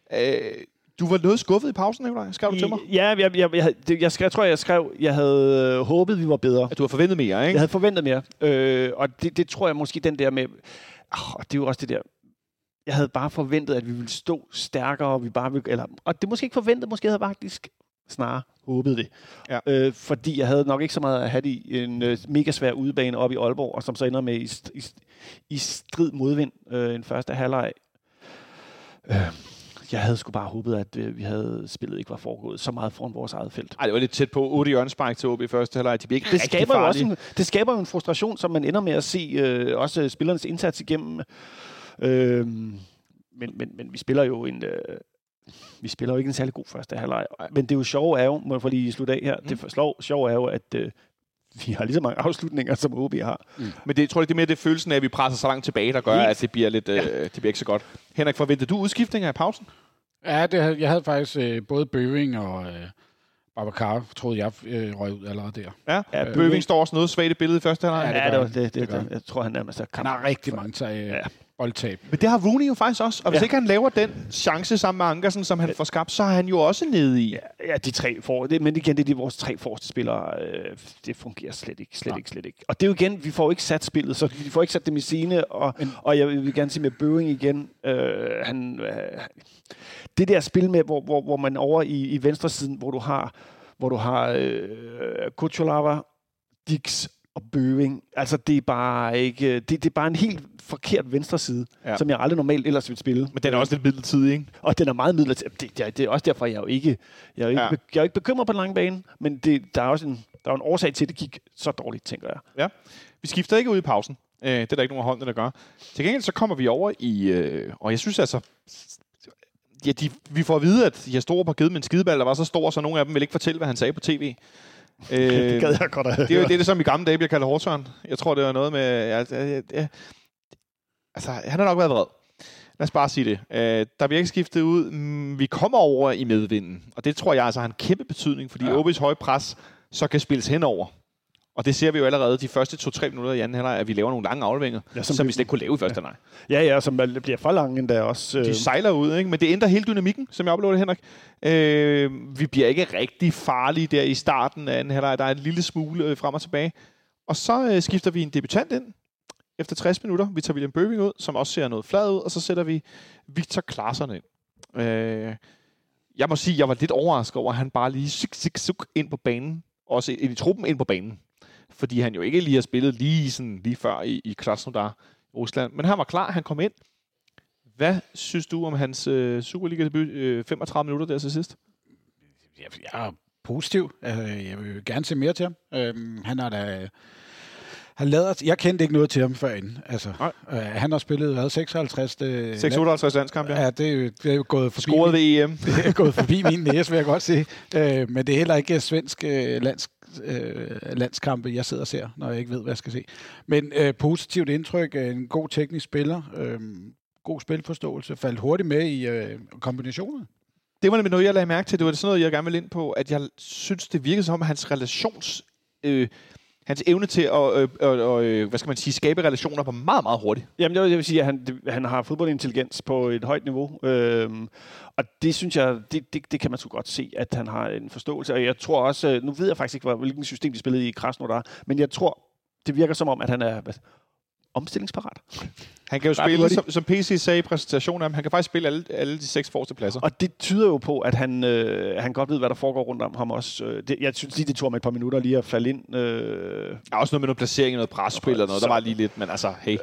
Du var noget skuffet i pausen, Nikolaj? Skrev du til mig? Ja, jeg skrev, jeg havde håbet, vi var bedre. At du havde forventet mere, ikke? Jeg havde forventet mere. Og det tror jeg måske den der med... det er jo også det der... Jeg havde bare forventet, at vi ville stå stærkere, og vi bare ville... Og det måske ikke forventet, måske havde jeg faktisk snarere håbet det. Ja. Fordi jeg havde nok ikke så meget at have i en mega svær udebane op i Aalborg, og som så ender med i strid modvind en første halvleg. Jeg havde sgu bare håbet, at vi havde spillet ikke var foregået så meget foran vores eget felt. Ej, det var lidt tæt på 8 hjørnespark til OB i første halvleg. De det skaber jo også det skaber jo en frustration, som man ender med at se også spillernes indsats igennem. Men vi spiller jo vi spiller jo ikke en særlig god første halvleg. Men det er jo sjove er jo, må jeg få lige slutte af her, det sjove er jo, at vi har lige så mange afslutninger, som OB har. Mm. Men det tror jeg, det er mere det følelsen af, at vi presser så langt tilbage, der gør, at det bliver lidt, det bliver ikke så godt. Henrik, forventede du udskiftninger i pausen? Ja, jeg havde faktisk både Bøving og Babacar, troede jeg, røg ud allerede der. Ja, Bøving står også noget svagt i billedet i første halvleg. Ja, det gør. Jeg tror, han nærmest er kamp. Han har rigtig mange boldtab. Men det har Rooney jo faktisk også. Og hvis ikke han laver den chance sammen med Ankersen, som han får skabt, så er han jo også nede i. Ja, de tre men igen, det er vores tre forreste spillere. Det fungerer slet ikke. Og det er jo igen, vi får ikke sat spillet, så vi får ikke sat dem i scene. Og jeg vil gerne sige med Bøving igen, det der spil med, hvor man over i venstre siden, hvor du har Kucholava, Dix og Bøving. Altså, det er bare ikke... Det er bare en helt forkert venstre side, som jeg aldrig normalt ellers vil spille. Men den er også lidt midlertidig, ikke? Og den er meget midlertidig. Det er også derfor, jeg er jo ikke bekymret på den lange bane, men der er også en årsag til, at det gik så dårligt, tænker jeg. Ja. Vi skifter ikke ud i pausen. Det er der ikke nogen af holdene, der gør. Til gengæld så kommer vi over i... og jeg synes altså... Ja, vi får at vide, at Jastrup har givet med en skideball, der var så stor, så nogle af dem vil ikke fortælle, hvad han sagde på tv. Det gad jeg godt at høre. Det er jo det, som i gamle dage bliver kaldt hårdtørn. Jeg tror, det var noget med... Altså, han har nok været vred. Lad os bare sige det. Der bliver ikke skiftet ud. Vi kommer over i medvinden, og det tror jeg altså har en kæmpe betydning, fordi OB's høje pres så kan spilles henover. Og det ser vi jo allerede de første 2-3 minutter i anden halvleg, at vi laver nogle lange afleveringer, som vi slet ikke kunne lave i første halvleg. Ja, som bliver for lange endda også. De sejler ud, ikke? Men det ændrer hele dynamikken, som jeg oplever det, Henrik. Vi bliver ikke rigtig farlige der i starten af anden halvleg. Der er en lille smule frem og tilbage. Og så skifter vi en debutant ind efter 60 minutter. Vi tager William Bøving ud, som også ser noget flad ud, og så sætter vi Victor Claesson ind. Jeg må sige, at jeg var lidt overrasket over, at han bare lige suk ind på banen. Også ind i truppen ind på banen. Fordi han jo ikke lige har spillet lige før i Krasnodar, Rusland. Men han var klar, han kom ind. Hvad synes du om hans Superliga-debut 35 minutter der til sidst? Jeg er positiv. Jeg vil gerne se mere til ham. Han har da... Jeg kendte ikke noget til ham førinden. Altså, han har spillet 56 landskampe, ja. Ja, det er jo gået forbi. Scoret ved EM. Det er gået forbi min næse, vil jeg godt sige. Men det er heller ikke svensk landskampe, jeg sidder og ser, når jeg ikke ved, hvad jeg skal se. Men positivt indtryk, en god teknisk spiller, god spilforståelse, faldt hurtigt med i kombinationen. Det var nemlig noget, jeg lagde mærke til. Det var sådan noget, jeg gerne ville ind på, at jeg synes, det virkede som om, hans hans evne til at skabe relationer på meget, meget hurtigt. Jamen, det vil sige, at han har fodboldintelligens på et højt niveau. Og det synes jeg, det kan man så godt se, at han har en forståelse. Og jeg tror også, nu ved jeg faktisk ikke, hvilken system de spillede i Krasnodar, men jeg tror, det virker som om, at han er omstillingsparat. Han kan jo spille, som PC sagde i præsentationen, han kan faktisk spille alle de 6 forreste pladser. Og det tyder jo på, at han godt ved, hvad der foregår rundt om ham også. Jeg synes lige, det tog ham et par minutter lige at falde ind. Også noget med noget placering, noget presspil eller noget. Der var lige lidt, men altså, hey.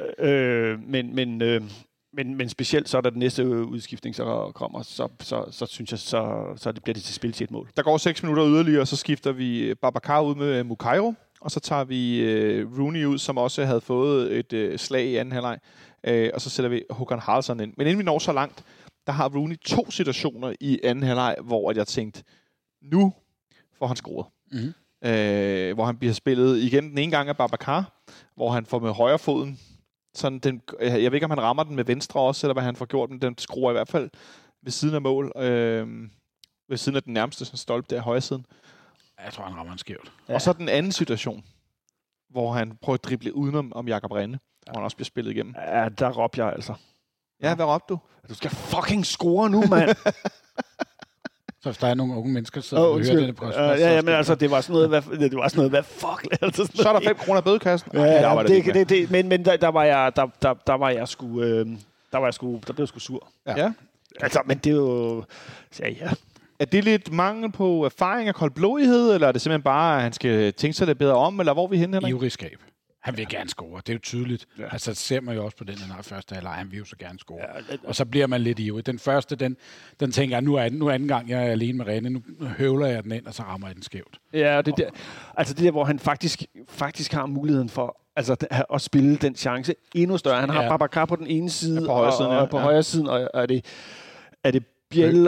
Men specielt så, da den næste udskiftning så kommer, så synes jeg, så bliver det til spil til et mål. Der går 6 minutter yderligere, og så skifter vi Babacar ud med Mukairo. Og så tager vi Rooney ud, som også havde fået et slag i anden halvleg. Og så sætter vi Håkan Haraldsson ind. Men inden vi når så langt, der har Rooney 2 situationer i anden halvleg, hvor jeg tænkte, nu får han scoret. Mm-hmm. Hvor han bliver spillet igen den ene gang af Babacar, hvor han får med højre foden. Sådan jeg ved ikke, om han rammer den med venstre også, eller hvad han får gjort, men den skruer i hvert fald ved siden af mål. Ved siden af den nærmeste stolpe der højre siden. Jeg tror, han rammer en skævt. Ja. Og så den anden situation, hvor han prøver at drible udenom om Jakob Rinde, hvor han også bliver spillet igennem. Ja, der råbte jeg altså. Ja, hvad råbte du? Du skal fucking score nu, mand! Så hvis der er nogle unge mennesker, så hører denne podcast. Ja, men altså, det var sådan noget, hvad fuck? Altså, så er der 5 kroner i bødekassen. Ja, men der var jeg sgu, der blev jeg sgu sur. Ja. Altså, men det er jo, ja. Er det lidt mangel på erfaring og koldblodighed, eller er det simpelthen bare, at han skal tænke sig lidt bedre om, eller hvor er vi henne, Henrik? Ivrigskab. Han vil gerne score, det er jo tydeligt. Ja. Altså, det ser man jo også på den her første halvleg, han vil jo så gerne score. Ja, og så bliver man lidt ivrig. Den første, den tænker jeg, nu er anden gang, jeg er alene med Rene, nu høvler jeg den ind, og så rammer jeg den skævt. Ja, det der, hvor han faktisk har muligheden for at spille den chance endnu større. Han har Babacar på den ene side, og på højre siden, og er det Bjell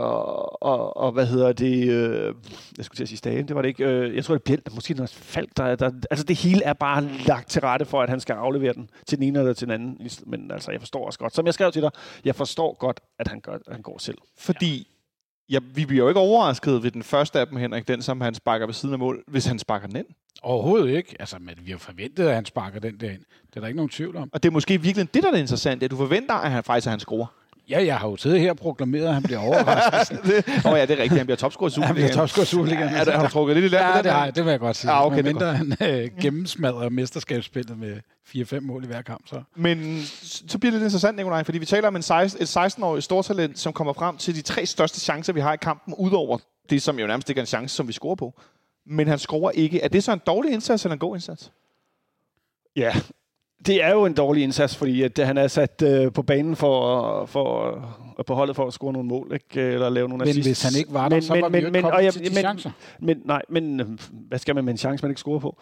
og hvad hedder det? Jeg skulle til at sige Stagen, det var det ikke. Jeg tror, det er Bjell, måske noget Falk. Altså, det hele er bare lagt til rette for, at han skal aflevere den til den ene eller til den anden. Men altså, jeg forstår også godt. Som jeg skrev til dig, jeg forstår godt, at han går selv. Fordi vi bliver jo ikke overrasket ved den første af dem, Henrik, den som han sparker ved siden af mål, hvis han sparker den ind. Overhovedet ikke. Altså, men vi har forventet, at han sparker den derind. Det er der ikke nogen tvivl om. Og det er måske virkelig det, der er interessant, at du forventer, at han faktisk scorer. Ja, jeg har jo siddet her og proklameret, at han bliver overrasket. Ja, det er rigtigt. Han bliver topscorer i Superligaen. Han bliver topscorer i Superligaen. Har du trukket lidt i land? Ja, det vil jeg godt sige. Ja, okay, men mindre han gennemsmadrer mesterskabsspillet med 4-5 mål i hver kamp. Så. Men så bliver det lidt interessant, Nikolaj, fordi vi taler om et 16-årig stortalent, som kommer frem til de 3 største chancer, vi har i kampen, udover det, som jo nærmest ikke er en chance, som vi scorer på. Men han scorer ikke. Er det så en dårlig indsats eller en god indsats? Ja, det er jo en dårlig indsats, fordi at han er sat på banen for på holdet for at score nogle mål, ikke? Eller lave nogle assist. Men hvis han ikke var der, så var vi jo ikke kommet til de chancer. Men hvad skal man med en chance, man ikke scorer på?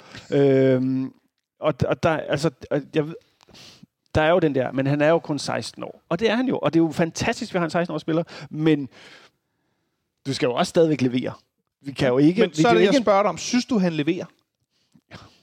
Og der, altså, der er jo den der, men han er jo kun 16 år. Og det er han jo, og det er jo fantastisk, at vi har en 16-årig spiller, men du skal jo også stadigvæk levere. Vi kan jo ikke... Men så er det, jeg spørger dig om, synes du, han leverer?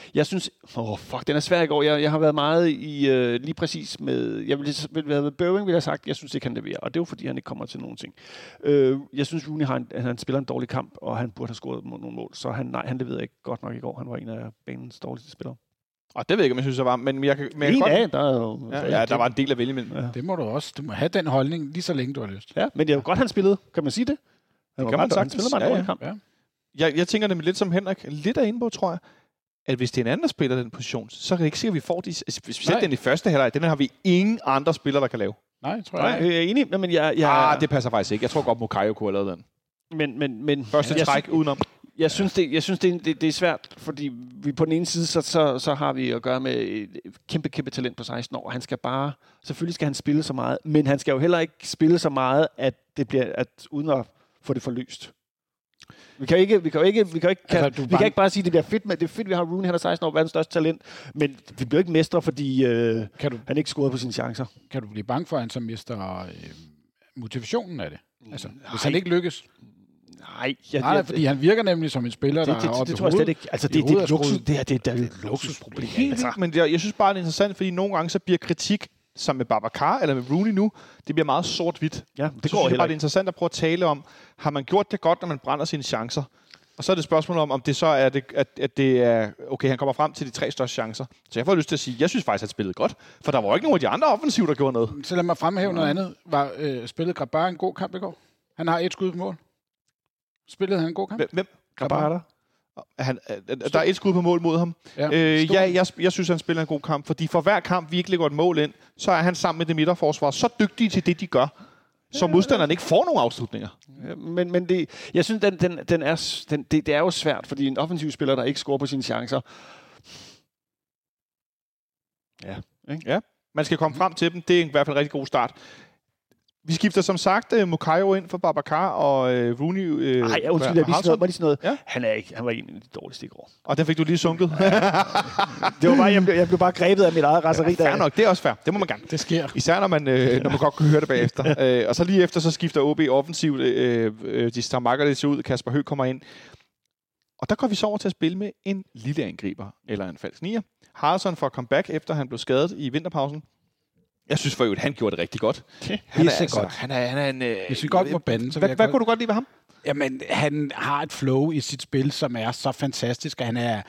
Jeg synes... den er svær i går. Jeg har været meget i lige præcis med... Jeg ville have været Boeing, ville jeg have sagt. Jeg synes ikke, han leverer. Og det er jo, fordi han ikke kommer til nogen ting. Jeg synes, Rooney han spiller en dårlig kamp, og han burde have scoret nogle mål. Så han leverede ikke godt nok i går. Han var en af banens dårligste spillere. Og det ved jeg ikke, om jeg synes, jeg var. Men jeg kan en godt... af, der er jo... Ja, der var en del af vælge imellem. Ja. Det må du også. Du må have den holdning, lige så længe du har lyst. Ja, men det er jo godt, han spillede. Kan man sige det? Det kan man sagtens. Han spillede bare en dårlig kamp. Ja. Jeg tænker nemlig lidt som Henrik, lidt af inde på, tror jeg, at hvis det er en anden, der spiller den position, så er det ikke sikkert, at vi får de... Specielt den i første halvleg, den har vi ingen andre spillere, der kan lave. Nej, tror jeg. Jeg er enig, men det passer faktisk ikke. Jeg tror godt, Mukayo kunne have lavet den. Men første træk udenom. Jeg synes, det er svært, fordi vi på den ene side, så har vi at gøre med et kæmpe talent på 16 år, og han skal bare... Selvfølgelig skal han spille så meget, men han skal jo heller ikke spille så meget, at det bliver... uden at få det forløst. Vi kan ikke bare sige, at det bliver fedt med. Det er fedt, vi har Rooney, han er 16 år, verdens største talent, men vi bliver ikke mestre, fordi han ikke scorede på sine chancer. Kan du blive bange for, at han så mister motivationen af det? Altså, hvis han ikke lykkes? Nej, fordi han virker nemlig som en spiller, der er det tror jeg slet ikke. Altså, det er et luksus. Det er et luksusproblem. Helt vildt, men jeg synes bare, det er interessant, fordi nogle gange så bliver kritik, som med Babacar eller med Rooney nu, det bliver meget sort-hvidt. Ja, det går bare, det er interessant at prøve at tale om, har man gjort det godt, når man brænder sine chancer? Og så er det spørgsmål om det så er, at det er, okay, han kommer frem til de 3 største chancer. Så jeg får lyst til at sige, jeg synes faktisk, at han spillede godt, for der var ikke nogen af de andre offensive, der gjorde noget. Så lad mig fremhæve noget andet. Spillede Grabar en god kamp i går? Han har 1 skud på mål. Spillede han en god kamp? Hvem? Grabar? Der er 1 skud på mål mod ham. Ja. Jeg synes, han spiller en god kamp, fordi for hver kamp, vi ikke lægger et mål ind, så er han sammen med det midterforsvar så dygtige til det, de gør, så modstanderen ikke får nogle afslutninger. Ja, men det, jeg synes, det er jo svært, fordi en offensiv spiller, der ikke scorer på sine chancer. Ja, man skal komme frem til dem. Det er i hvert fald en rigtig god start. Vi skifter som sagt Mukayo ind for Babacar og Rooney. Nej, undskyld, jeg lige sådan noget. Ja? Han var en af de dårligste i går. Og der fik du lige sunket. Det var bare, jeg blev bare grebet af mit eget raseri. Ja, fair nok, det er også fair. Det må man gerne. Det sker. Især når man godt kan høre det bagefter. Og så lige efter, så skifter OB offensivt. De strammakker det ud. Kasper Høgh kommer ind. Og der går vi så over til at spille med en lille angriber, eller en falsk nier. Haraldsson får comeback, efter han blev skadet i vinterpausen. Jeg synes for øvrigt, han gjorde det rigtig godt. Han er godt. Han er en... Hvis vi godt må bande, så hvad kunne du godt lide ved ham? Jamen, han har et flow i sit spil, som er så fantastisk.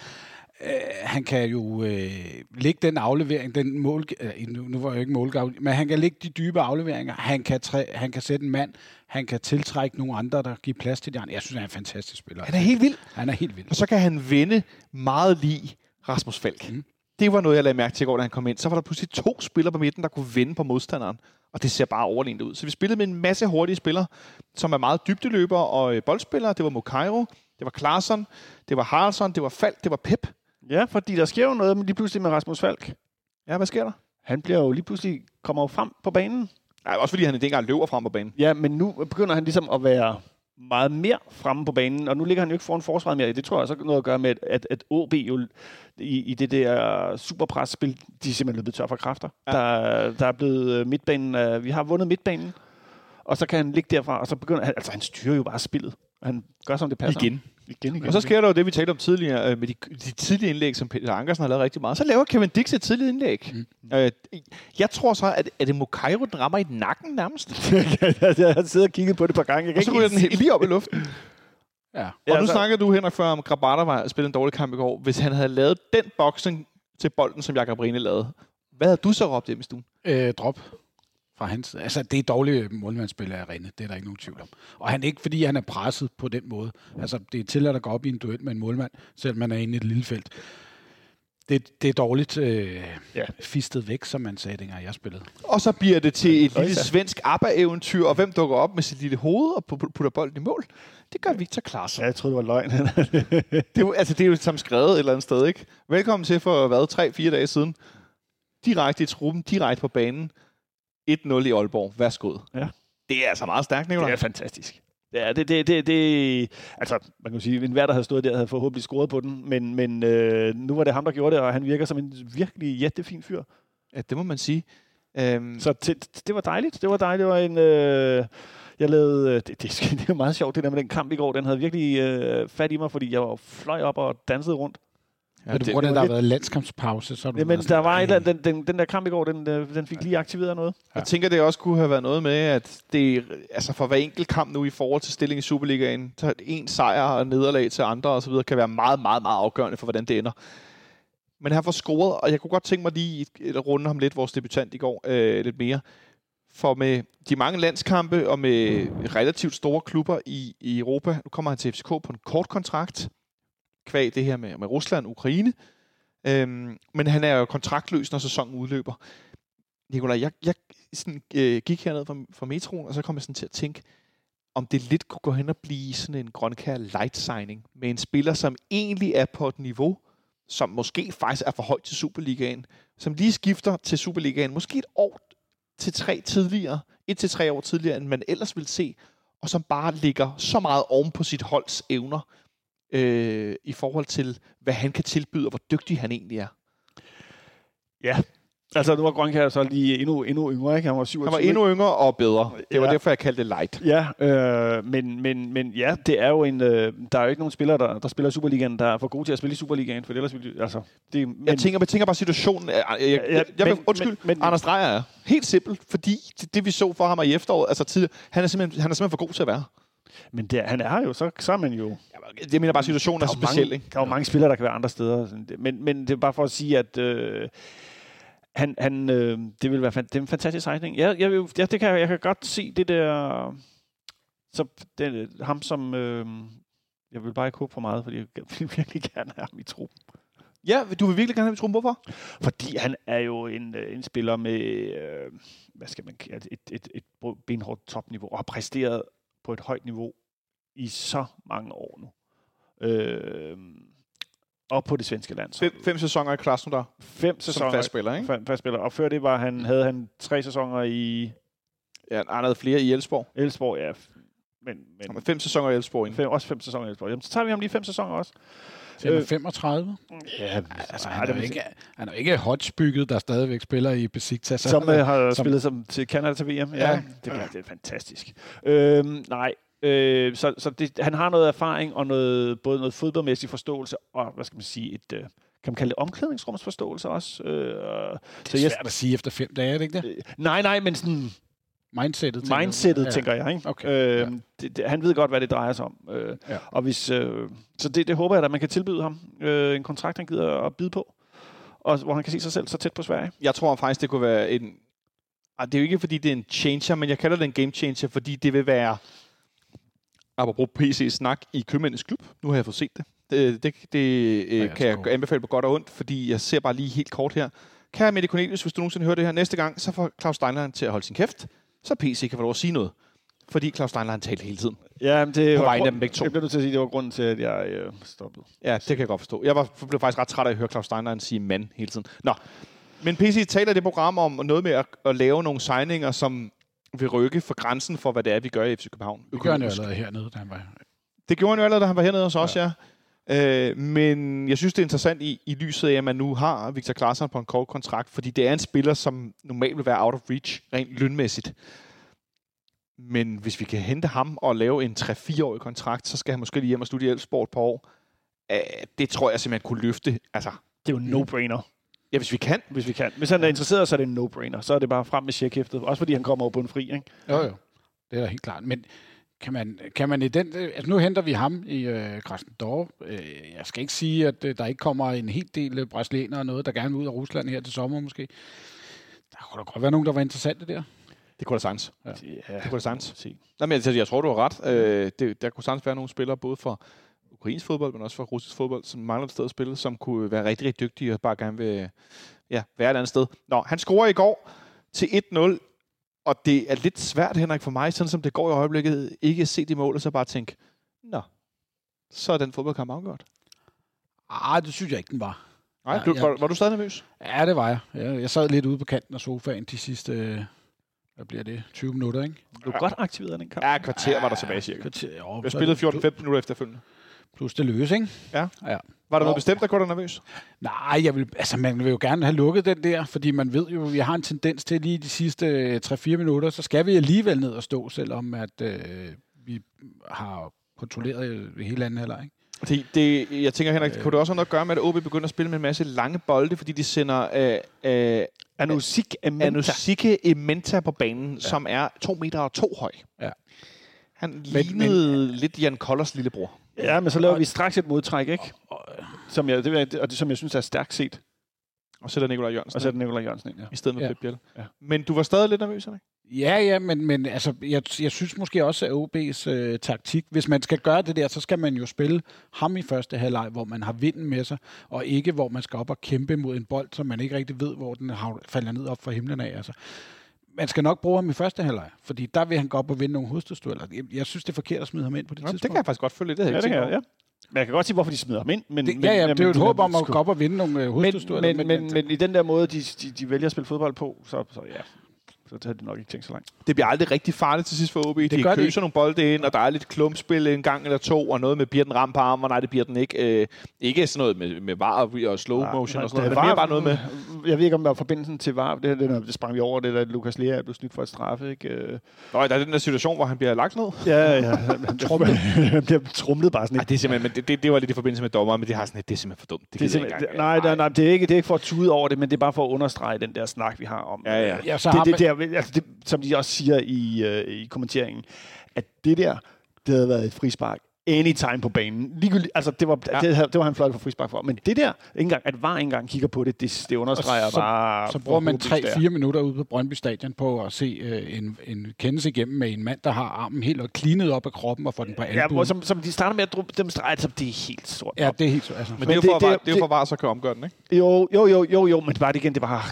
Han kan jo lægge den aflevering, den mål... Nu var jeg ikke målgavl, men han kan lægge de dybe afleveringer. Han kan sætte en mand. Han kan tiltrække nogle andre, der giver plads til de andre. Jeg synes, han er en fantastisk spiller. Han er helt vild. Han er helt vild. Og så kan han vinde meget lige Rasmus Falk. Det var noget, jeg lagde mærke til i går, da han kom ind. Så var der pludselig 2 spillere på midten, der kunne vinde på modstanderen. Og det ser bare overlignet ud. Så vi spillede med en masse hurtige spillere, som er meget dybdeløbere og boldspillere. Det var Mukayo, det var Klaarsson, det var Haraldsson, det var Falk, det var Pep. Ja, fordi der sker jo noget lige pludselig med Rasmus Falk. Ja, hvad sker der? Han bliver jo lige pludselig kommer frem på banen. Ja, også fordi han ikke engang løber frem på banen. Ja, men nu begynder han ligesom at være meget mere fremme på banen, og nu ligger han jo ikke foran forsvaret mere. Det tror jeg også har noget at gøre med, at OB jo i det der superpres-spil, de er simpelthen løbet tør for kræfter. Ja. Der er blevet midtbanen, vi har vundet midtbanen, og så kan han ligge derfra, og så begynder han, altså han styrer jo bare spillet. Han gør, som det passer. Igen. Og så sker der jo det, vi talte om tidligere, med de tidlige indlæg, som Peter Ankersen har lavet rigtig meget. Så laver Kevin Dix et tidligt indlæg. Jeg tror så, at det Mukayo, den rammer i nakken nærmest. Jeg har siddet og kigget på det et par gange. Og så ryger den lige op i luften. Ja. Og nu snakker du, Henrik, før om Grabara var spillet en dårlig kamp i går. Hvis han havde lavet den boksning til bolden, som Jakob Rene lavede, hvad havde du så råbt hjemme i stuen? Drop. Fra hans, altså, det er dårligt målmandsspil af Rene, det er der ikke nogen tvivl om. Og han ikke, fordi han er presset på den måde. Altså, det er tilladt at gå op i en duel med en målmand, selvom man er inde i et lille felt. Det er dårligt fistet væk, som man sagde, dengang jeg spillede. Og så bliver det til et lille svensk ABBA-eventyr, og hvem dukker op med sit lille hoved og putter bolden i mål? Det gør Victor Klaarsson. Ja, jeg troede, det var løgn. det er jo som skrevet et eller andet sted, ikke? Velkommen til for, 3-4 dage siden. Direkte i truppen, direkte på banen. 1-0 i Aalborg. Værsgo. Ja. Det er altså meget stærkt, Nicolai. Det er fantastisk. Ja, det altså, man kan sige, at enhver, der havde stået der, havde forhåbentlig scoret på den, men nu var det ham, der gjorde det, og han virker som en virkelig jättefin fyr. Ja, det må man sige. Så det var dejligt. Det var en... jeg lavede... Det var meget sjovt, det der med den kamp i går. Den havde virkelig fat i mig, fordi jeg var fløj op og dansede rundt. Ja, det der har været landskampspause, så men der var den der kamp i går, den fik lige aktiveret noget. Jeg tænker, det også kunne have været noget med, at det, altså for hver enkelt kamp nu i forhold til stilling i Superligaen, så en sejr og nederlag til andre og så videre, kan være meget, meget, meget afgørende for, hvordan det ender. Men han får scoret, og jeg kunne godt tænke mig lige at runde ham lidt, vores debutant i går, lidt mere. For med de mange landskampe og med relativt store klubber i Europa, nu kommer han til FCK på en kort kontrakt, kvæg det her med Rusland og Ukraine. Men han er jo kontraktløs, når sæsonen udløber. Nikolaj, jeg sådan, gik herned fra metroen, og så kom jeg sådan til at tænke, om det lidt kunne gå hen og blive sådan en Grønkjær light signing med en spiller, som egentlig er på et niveau, som måske faktisk er for højt til Superligaen, som lige skifter til Superligaen, måske 1 til 3 tidligere, 1 til 3 år tidligere, end man ellers vil se, og som bare ligger så meget oven på sit holds evner, i forhold til, hvad han kan tilbyde, og hvor dygtig han egentlig er. Ja, altså nu var Grønkjær så lige endnu yngre, ikke? Han var 27. Han var endnu yngre og bedre. Det var derfor, jeg kaldte det light. Ja, men ja, det er jo der er jo ikke nogen spillere, der spiller i Superligaen, der er for gode til at spille i Superligaen, for ellers vil altså... Jeg tænker bare situationen... Anders Dreyer er helt simpelt, fordi det vi så for ham i efteråret, altså han er simpelthen for god til at være. Men han er jo, så er man jo... Jeg mener bare, situationen er speciel, ikke? Der er jo mange spillere, der kan være andre steder. Men det er bare for at sige, at det vil være en fantastisk signing. Jeg kan godt se det der... Så ham som... jeg vil bare ikke håbe for meget, fordi jeg vil virkelig gerne have ham i truppen. Ja, du vil virkelig gerne have ham i truppen. Hvorfor? Fordi han er jo en spiller med... hvad skal man kalde et benhårdt topniveau, og har præsteret på et højt niveau i så mange år nu. Og på det svenske land. 5 sæsoner i Krasnodar. 5 sæsoner. Som fastspiller, ikke? Fastspiller. Og før det havde han 3 sæsoner i... Ja, han havde flere i Elfsborg. Elfsborg, ja. Men 5 sæsoner i Elfsborg. Også 5 sæsoner i Elfsborg. Jamen, så tager vi ham lige 5 sæsoner også. 35? Ja, altså han er jo ikke hodgebygget, der stadigvæk spiller i Besiktas. Som har spillet til Canada til VM. Ja. Det er fantastisk. Nej. Så han har noget erfaring og både noget fodboldmæssig forståelse og, hvad skal man sige, kan man kalde det omklædningsrumsforståelse også. Det er svært at sige efter 5 dage, er det ikke det? Nej, men sådan... Mindsetet, tænker jeg. Ikke? Okay. Han ved godt, hvad det drejer sig om. Og hvis, så det håber jeg, at man kan tilbyde ham en kontrakt, han gider at bide på, og hvor han kan se sig selv så tæt på Sverige. Jeg tror faktisk, det kunne være en... Det er jo ikke, fordi det er en changer, men jeg kalder det en game changer, fordi det vil være... Apropos PC-snak i købmændenes klub. Nu har jeg fået set det. Det kan jeg anbefale på godt og ondt, fordi jeg ser bare lige helt kort her. Kære Mette Cornelius, hvis du nogensinde hører det her næste gang, så får Claus Steinlein til at holde sin kæft, så PC kan få lov at sige noget. Fordi Claus Steinlein talte hele tiden. Ja, men det på vegne af dem begge to. Jeg bliver nødt til at sige, at det var grunden til, at jeg stoppede. Ja, det kan jeg godt forstå. Jeg blev faktisk ret træt af at høre Claus Steinlein sige mand hele tiden. Nå, men PC taler det program om noget med at lave nogle signinger, som vil rykke for grænsen for, hvad det er, vi gør i FC København. Det gør han jo allerede hernede, da han var... Det gjorde han jo allerede, da han var hernede hos os, ja. Men jeg synes, det er interessant i lyset af, at man nu har Victor Claesson på en kort kontrakt, fordi det er en spiller, som normalt vil være out of reach, rent lønmæssigt. Men hvis vi kan hente ham og lave en 3-4-årig kontrakt, så skal han måske lige hjem og studere Elfsborg et par år. Det tror jeg simpelthen kunne løfte. Altså, det er jo en no-brainer. Ja, hvis vi kan. Hvis han er interesseret, så er det en no-brainer. Så er det bare frem med checkhæftet. Også fordi han kommer over på en fri, ikke? Jo. Det er helt klart. Men kan man i den... Altså nu henter vi ham i Krasnodar. Jeg skal ikke sige, at der ikke kommer en hel del brasilianere og noget, der gerne vil ud af Rusland her til sommer måske. Der kunne da godt være nogen, der var interessante der. Det kunne da sagtens. Ja. Det kunne da sagtens. Jeg tror, du har ret. Der kunne sagtens være nogle spillere, både for ukrainsk fodbold, men også for russisk fodbold, som mangler et sted at spille, som kunne være rigtig, rigtig dygtige og bare gerne vil være et andet sted. Nå, han scorer i går til 1-0, og det er lidt svært, Henrik, for mig, sådan som det går i øjeblikket, ikke at se de mål, og så bare tænke, nå, så er den fodboldkamp afgjort. Det synes jeg ikke, den var. Nej, var du stadig nervøs? Ja, det var jeg. Jeg sad lidt ude på kanten af sofaen de sidste... Hvad bliver det? 20 minutter, ikke? Du er godt aktiveret af den kamp. Ja, kvarter var der tilbage cirka. Jeg spillede 14-15 minutter efterfølgende. Plus det løs, ikke? Ja. Var der noget bestemt, der gjorde dig nervøs? Nej, man vil jo gerne have lukket den der, fordi man ved jo, at vi har en tendens til lige de sidste 3-4 minutter, så skal vi alligevel ned og stå, selvom at vi har kontrolleret hele anden halvleg, ikke? Jeg tænker, Henrik, kunne det også have noget at gøre med, at OB begynder at spille med en masse lange bolde, fordi de sender Anusike Ementa på banen, som er 2 meter og 2 høj. Ja. Han lignede lidt Jan Kollers lillebror. Ja, men så laver vi straks et modtræk, ikke? Som jeg synes er stærkt set. Og så er der Nikolaj Jørgensen. Ja. I stedet for Pep Biel. Ja. Men du var stadig lidt nervøs, ikke? Ja, men altså, jeg synes måske også, at OB's taktik, hvis man skal gøre det der, så skal man jo spille ham i første halvleg, hvor man har vinden med sig, og ikke hvor man skal op og kæmpe mod en bold, som man ikke rigtig ved, hvor den falder ned op fra himlen af. Altså. Man skal nok bruge ham i første halvleg, fordi der vil han gå op og vinde nogle hovedstødstueller. Jeg synes, det er forkert at smide ham ind på det tidspunkt. Det kan jeg faktisk godt følge lidt. Det kan jeg, ja. Men jeg kan godt sige, hvorfor de smider ham ind. Men, det er jo et håb om at gå op og vinde nogle hovedstødstueller. Men i den der måde, de vælger at spille fodbold på, så tager det nok ikke tænkt så langt. Det bliver aldrig rigtig farligt til sidst for OB. De køser nogle bolde ind, og der er lidt klumpspil en gang eller to, og noget med, bliver den ramt på armen, og nej, det bliver den ikke. Ikke sådan noget med VAR og slow motion og sådan noget. Det er bare noget med... Jeg ved ikke, om der var forbindelsen til VAR. Det sprang vi over, det der Lukas Lea blev snydt for et straffe, ikke? Nå, der er den der situation, hvor han bliver lagt ned. Ja. Han bliver trumlet bare sådan. Nej, det er simpelthen, men det var lidt i forbindelse med dommer, men det har sådan, det er simpelthen for dumt. Nej, det er ikke for at tude over det, men det er bare for at understrege den der snak, vi har om. Ja. Det, som de også siger i kommenteringen, at det havde været et frispark anytime på banen. Altså, det var han flot for frispark for. Men det der, ikke engang, at VAR ikke engang kigger på det, det understreger bare... Så bruger man 3-4 minutter ude på Brøndby Stadion på at se en kendelse igennem med en mand, der har armen helt og cleanet op af kroppen og får den på albuen. Ja, som de starter med at demonstrere, altså det er helt stort. Ja, det er helt stort. Altså. Men det er jo for VAR, så kan omgøre den, ikke? Jo, men bare det igen, det var...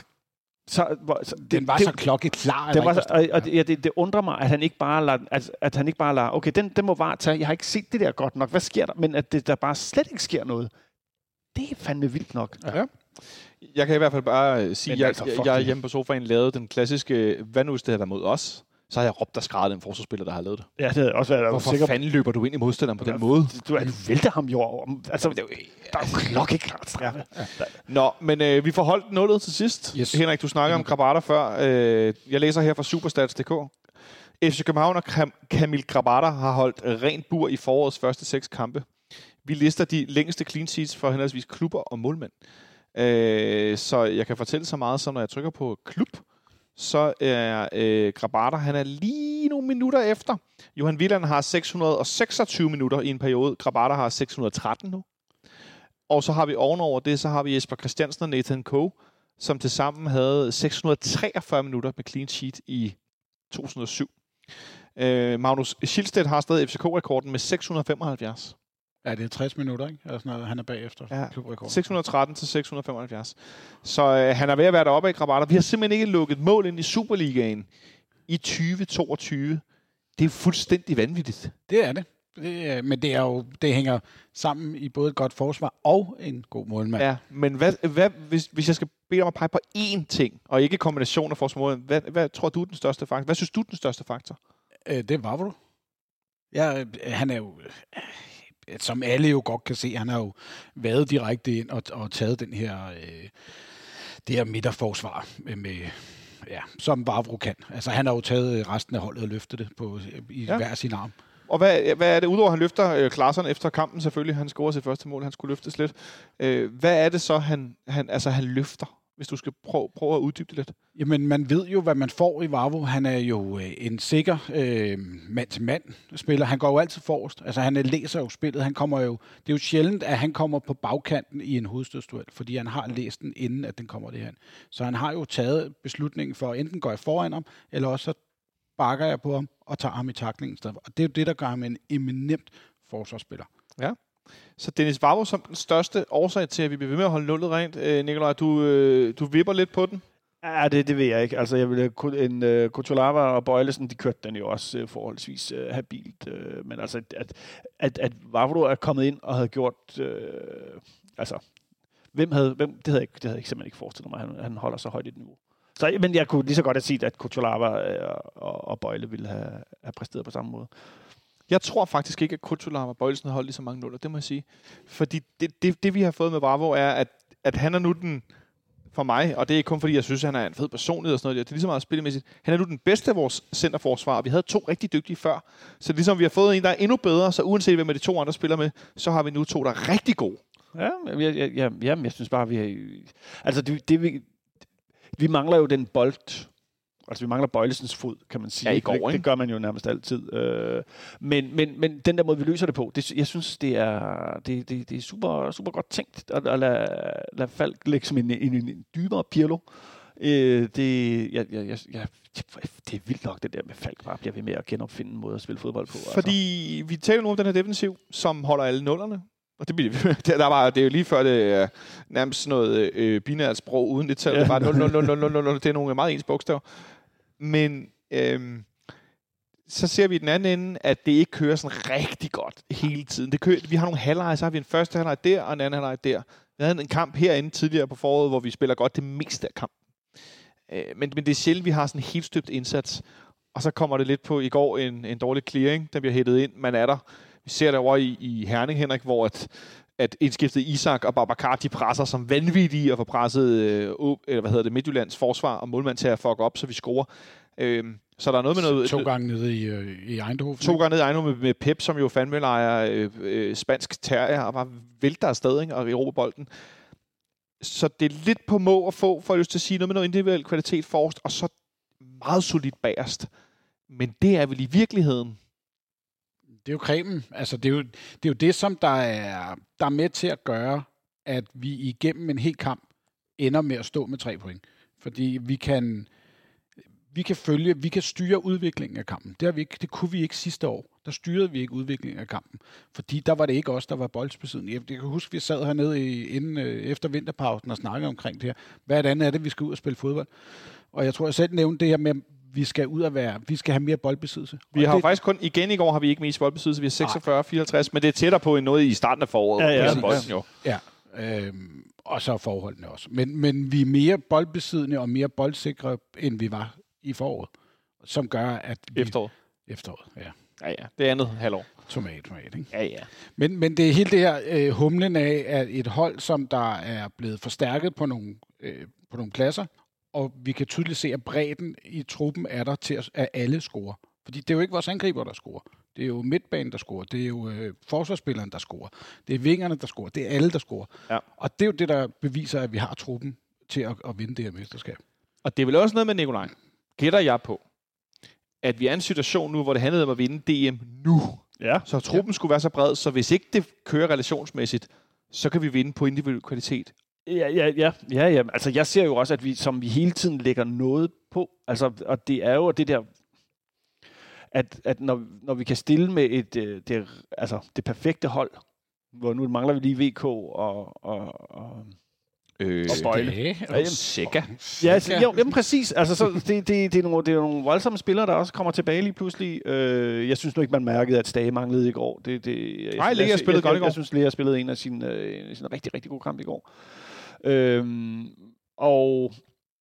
Den var så klokkeklar. Det undrer mig, at han ikke bare lader... Okay, den må VAR tage. Jeg har ikke set det der godt nok. Hvad sker der? Men at der bare slet ikke sker noget. Det er fandme vildt nok. Ja. Jeg kan i hvert fald bare sige, at jeg hjemme på sofaen lavede den klassiske, hvad nu hvis det havde været mod os? Så har jeg råbt og skrædet den forsvarsspiller, der har lavet det. Ja, det havde også været... Hvorfor fanden løber du ind i modstanderen på den måde? Du vælter ham jo. Altså, der er jo klokkeklart straffe. Ja. Nå, men vi får holdt nullet til sidst. Yes. Henrik, du snakker om Grabara før. Jeg læser her fra Superstats.dk. FC København og Kamil Grabara har holdt rent bur i forårets første 6 kampe. Vi lister de længste clean sheets for henholdsvis klubber og målmænd. Så jeg kan fortælle så meget, så når jeg trykker på klub, så er Grabara, han er lige nogle minutter efter. Johan Wieland har 626 minutter i en periode. Grabara har 613 nu. Og så har vi ovenover det, så har vi Jesper Christiansen og Nathan Coe, som tilsammen havde 643 minutter med clean sheet i 2007. Magnus Schildstedt har stadig FCK-rekorden med 675. Ja, det er 60 minutter, ikke? Eller sådan noget, han er bagefter klubrekorden. 613 til 675. Så han er ved at være deroppe i Grabara. Vi har simpelthen ikke lukket mål ind i Superligaen i 2022. Det er fuldstændig vanvittigt. Det er det. Men det hænger sammen i både et godt forsvar og en god målmand. Ja, men hvad hvis jeg skal bede om at pege på én ting, og ikke kombination af forsvar og målmand, hvad tror du er den største faktor? Hvad synes du er den største faktor? Det var du. Ja, han er jo... som alle jo godt kan se, han har jo været direkte ind og taget den her, det her midterforsvar med som Vavro kan. Altså han har jo taget resten af holdet og løftet det i hver sin arm. Og hvad er det, udover han løfter klasserne efter kampen selvfølgelig, han scorer sit første mål, han skulle løftes lidt. Hvad er det så, han løfter, hvis du skal prøve at uddybe det lidt? Jamen, man ved jo, hvad man får i Vavro. Han er jo en sikker mand-til-mand-spiller. Han går jo altid forrest. Altså, han læser jo spillet. Han kommer jo... Det er jo sjældent, at han kommer på bagkanten i en hovedstødsduel, fordi han har læst den, inden at den kommer det her. Så han har jo taget beslutningen for, enten går jeg foran ham, eller også så bakker jeg på ham og tager ham i taklingen i stedet for. Og det er jo det, der gør ham en eminent forsvarsspiller. Ja. Så Dennis Vavro som den største årsag til, at vi bliver ved med at holde nullet rent. Nikolaj, du vipper lidt på den? Ja, det ved jeg ikke. Altså, jeg ville Kutulava og Bøjlesen, de kørte den jo også forholdsvis habilt. Men altså, at Vavro er kommet ind og havde gjort... altså, det havde jeg simpelthen ikke forestillet mig, at han holder så højt i et niveau. Så, men jeg kunne lige så godt have set, at Kutulava og Bøjle ville have præsteret på samme måde. Jeg tror faktisk ikke, at Kutulava og Bøjlesen har holdt lige så mange nuller, det må jeg sige. Fordi det vi har fået med Vavro er, at han er nu for mig, og det er ikke kun fordi, jeg synes, at han er en fed personlighed og sådan noget. Det er lige så meget spillemæssigt. Han er nu den bedste af vores centerforsvar. Vi havde 2 rigtig dygtige før. Så ligesom vi har fået en, der er endnu bedre, så uanset hvem af de 2 andre spiller med, så har vi nu 2, der er rigtig gode. Ja, jeg synes bare, vi har... Altså, vi mangler jo den bold... Altså, vi mangler Bøjlesens fod, kan man sige. Ja, i går, det gør man jo nærmest altid. Men den der måde, vi løser det på, jeg synes, det er super, super godt tænkt at lade Falk lægge som en dybere Pirlo. Det er vildt nok, det der med Falk bare bliver ved med at genopfinde en måde at spille fodbold på. Fordi vi taler nu om den her defensiv, som holder alle nullerne. Og det bliver det er jo lige før det er nærmest noget binært sprog uden det tal. Det er bare 0. Det er nogle meget ens bogstaver. Men så ser vi i den anden ende, at det ikke kører sådan rigtig godt hele tiden. Vi har nogle halvleje, så har vi en første halvleg der, og en anden halvleg der. Vi havde en kamp herinde tidligere på foråret, hvor vi spiller godt det meste af kampen. Men det er sjældent, vi har sådan en helt støbt indsats. Og så kommer det lidt på i går en dårlig clearing, der bliver hættet ind. Man er der. Vi ser det over i Herning, Henrik, hvor at indskiftet Isak og Babacar, de presser som vanvittige og får presset Midtjyllands forsvar og målmand til at fuck op, så vi scorer. Så der er noget med noget... 2 gange nede i Eindhoven. 2 gange nede i Eindhoven med Pep, som jo fandme leger spansk terrier og bare vælter afsted, ikke? Og erober bolden. Så det er lidt på må at få, for at lyst til at sige noget med noget individuel kvalitet forrest, og så meget solidt bagerst. Men det er vel i virkeligheden... Det er jo cremen. Altså, det er jo det, som der er med til at gøre, at vi igennem en hel kamp ender med at stå med 3 point. Fordi vi kan styre udviklingen af kampen. Det kunne vi ikke sidste år. Der styrede vi ikke udviklingen af kampen. Fordi der var det ikke os, der var boldsbesiddende. Jeg kan huske, vi sad hernede efter vinterpausen og snakkede omkring det her. Hvad er det, vi skal ud og spille fodbold? Og jeg tror, jeg selv nævnte det her med, vi skal have mere boldbesiddelse. Vi har faktisk kun, igen i går har vi ikke mest boldbesiddelse, vi har 46-54, men det er tættere på end noget i starten af foråret. Ja. Og så forholdene også. Men vi er mere boldbesiddende og mere boldsikre, end vi var i foråret, som gør, at Efteråret, ja. Ja, det er andet halvår. Tomat, ikke? Ja. Men det er helt det her humlen af, at et hold, som der er blevet forstærket på nogle pladser, og vi kan tydeligt se, at bredden i truppen er der til, at alle scorer. Fordi det er jo ikke vores angriber, der scorer. Det er jo midtbanen, der scorer. Det er jo forsvarsspilleren, der scorer. Det er vingerne, der scorer. Det er alle, der scorer. Ja. Og det er jo det, der beviser, at vi har truppen til at vinde det her mesterskab. Og det er vel også noget med Nikolaj. Gætter jeg på, at vi er i en situation nu, hvor det handlede om at vinde DM nu. Ja. Så truppen skulle være så bred, så hvis ikke det kører relationsmæssigt, så kan vi vinde på individuel kvalitet. Ja. Altså, jeg ser jo også, at vi hele tiden lægger noget på. Altså, og det er jo det der, at når vi kan stille med det perfekte hold, hvor nu mangler vi lige VK og Bøjle. Sikker. Ja, altså, jo, præcis. Altså, så det er nogle voldsomme spillere, der også kommer tilbage lige pludselig. Jeg synes nu ikke, man mærkede, at Stage manglede i går. Nej, Lea spillede godt i går. Jeg synes, Lea spillede en af sine rigtig, rigtig gode kampe i går. Og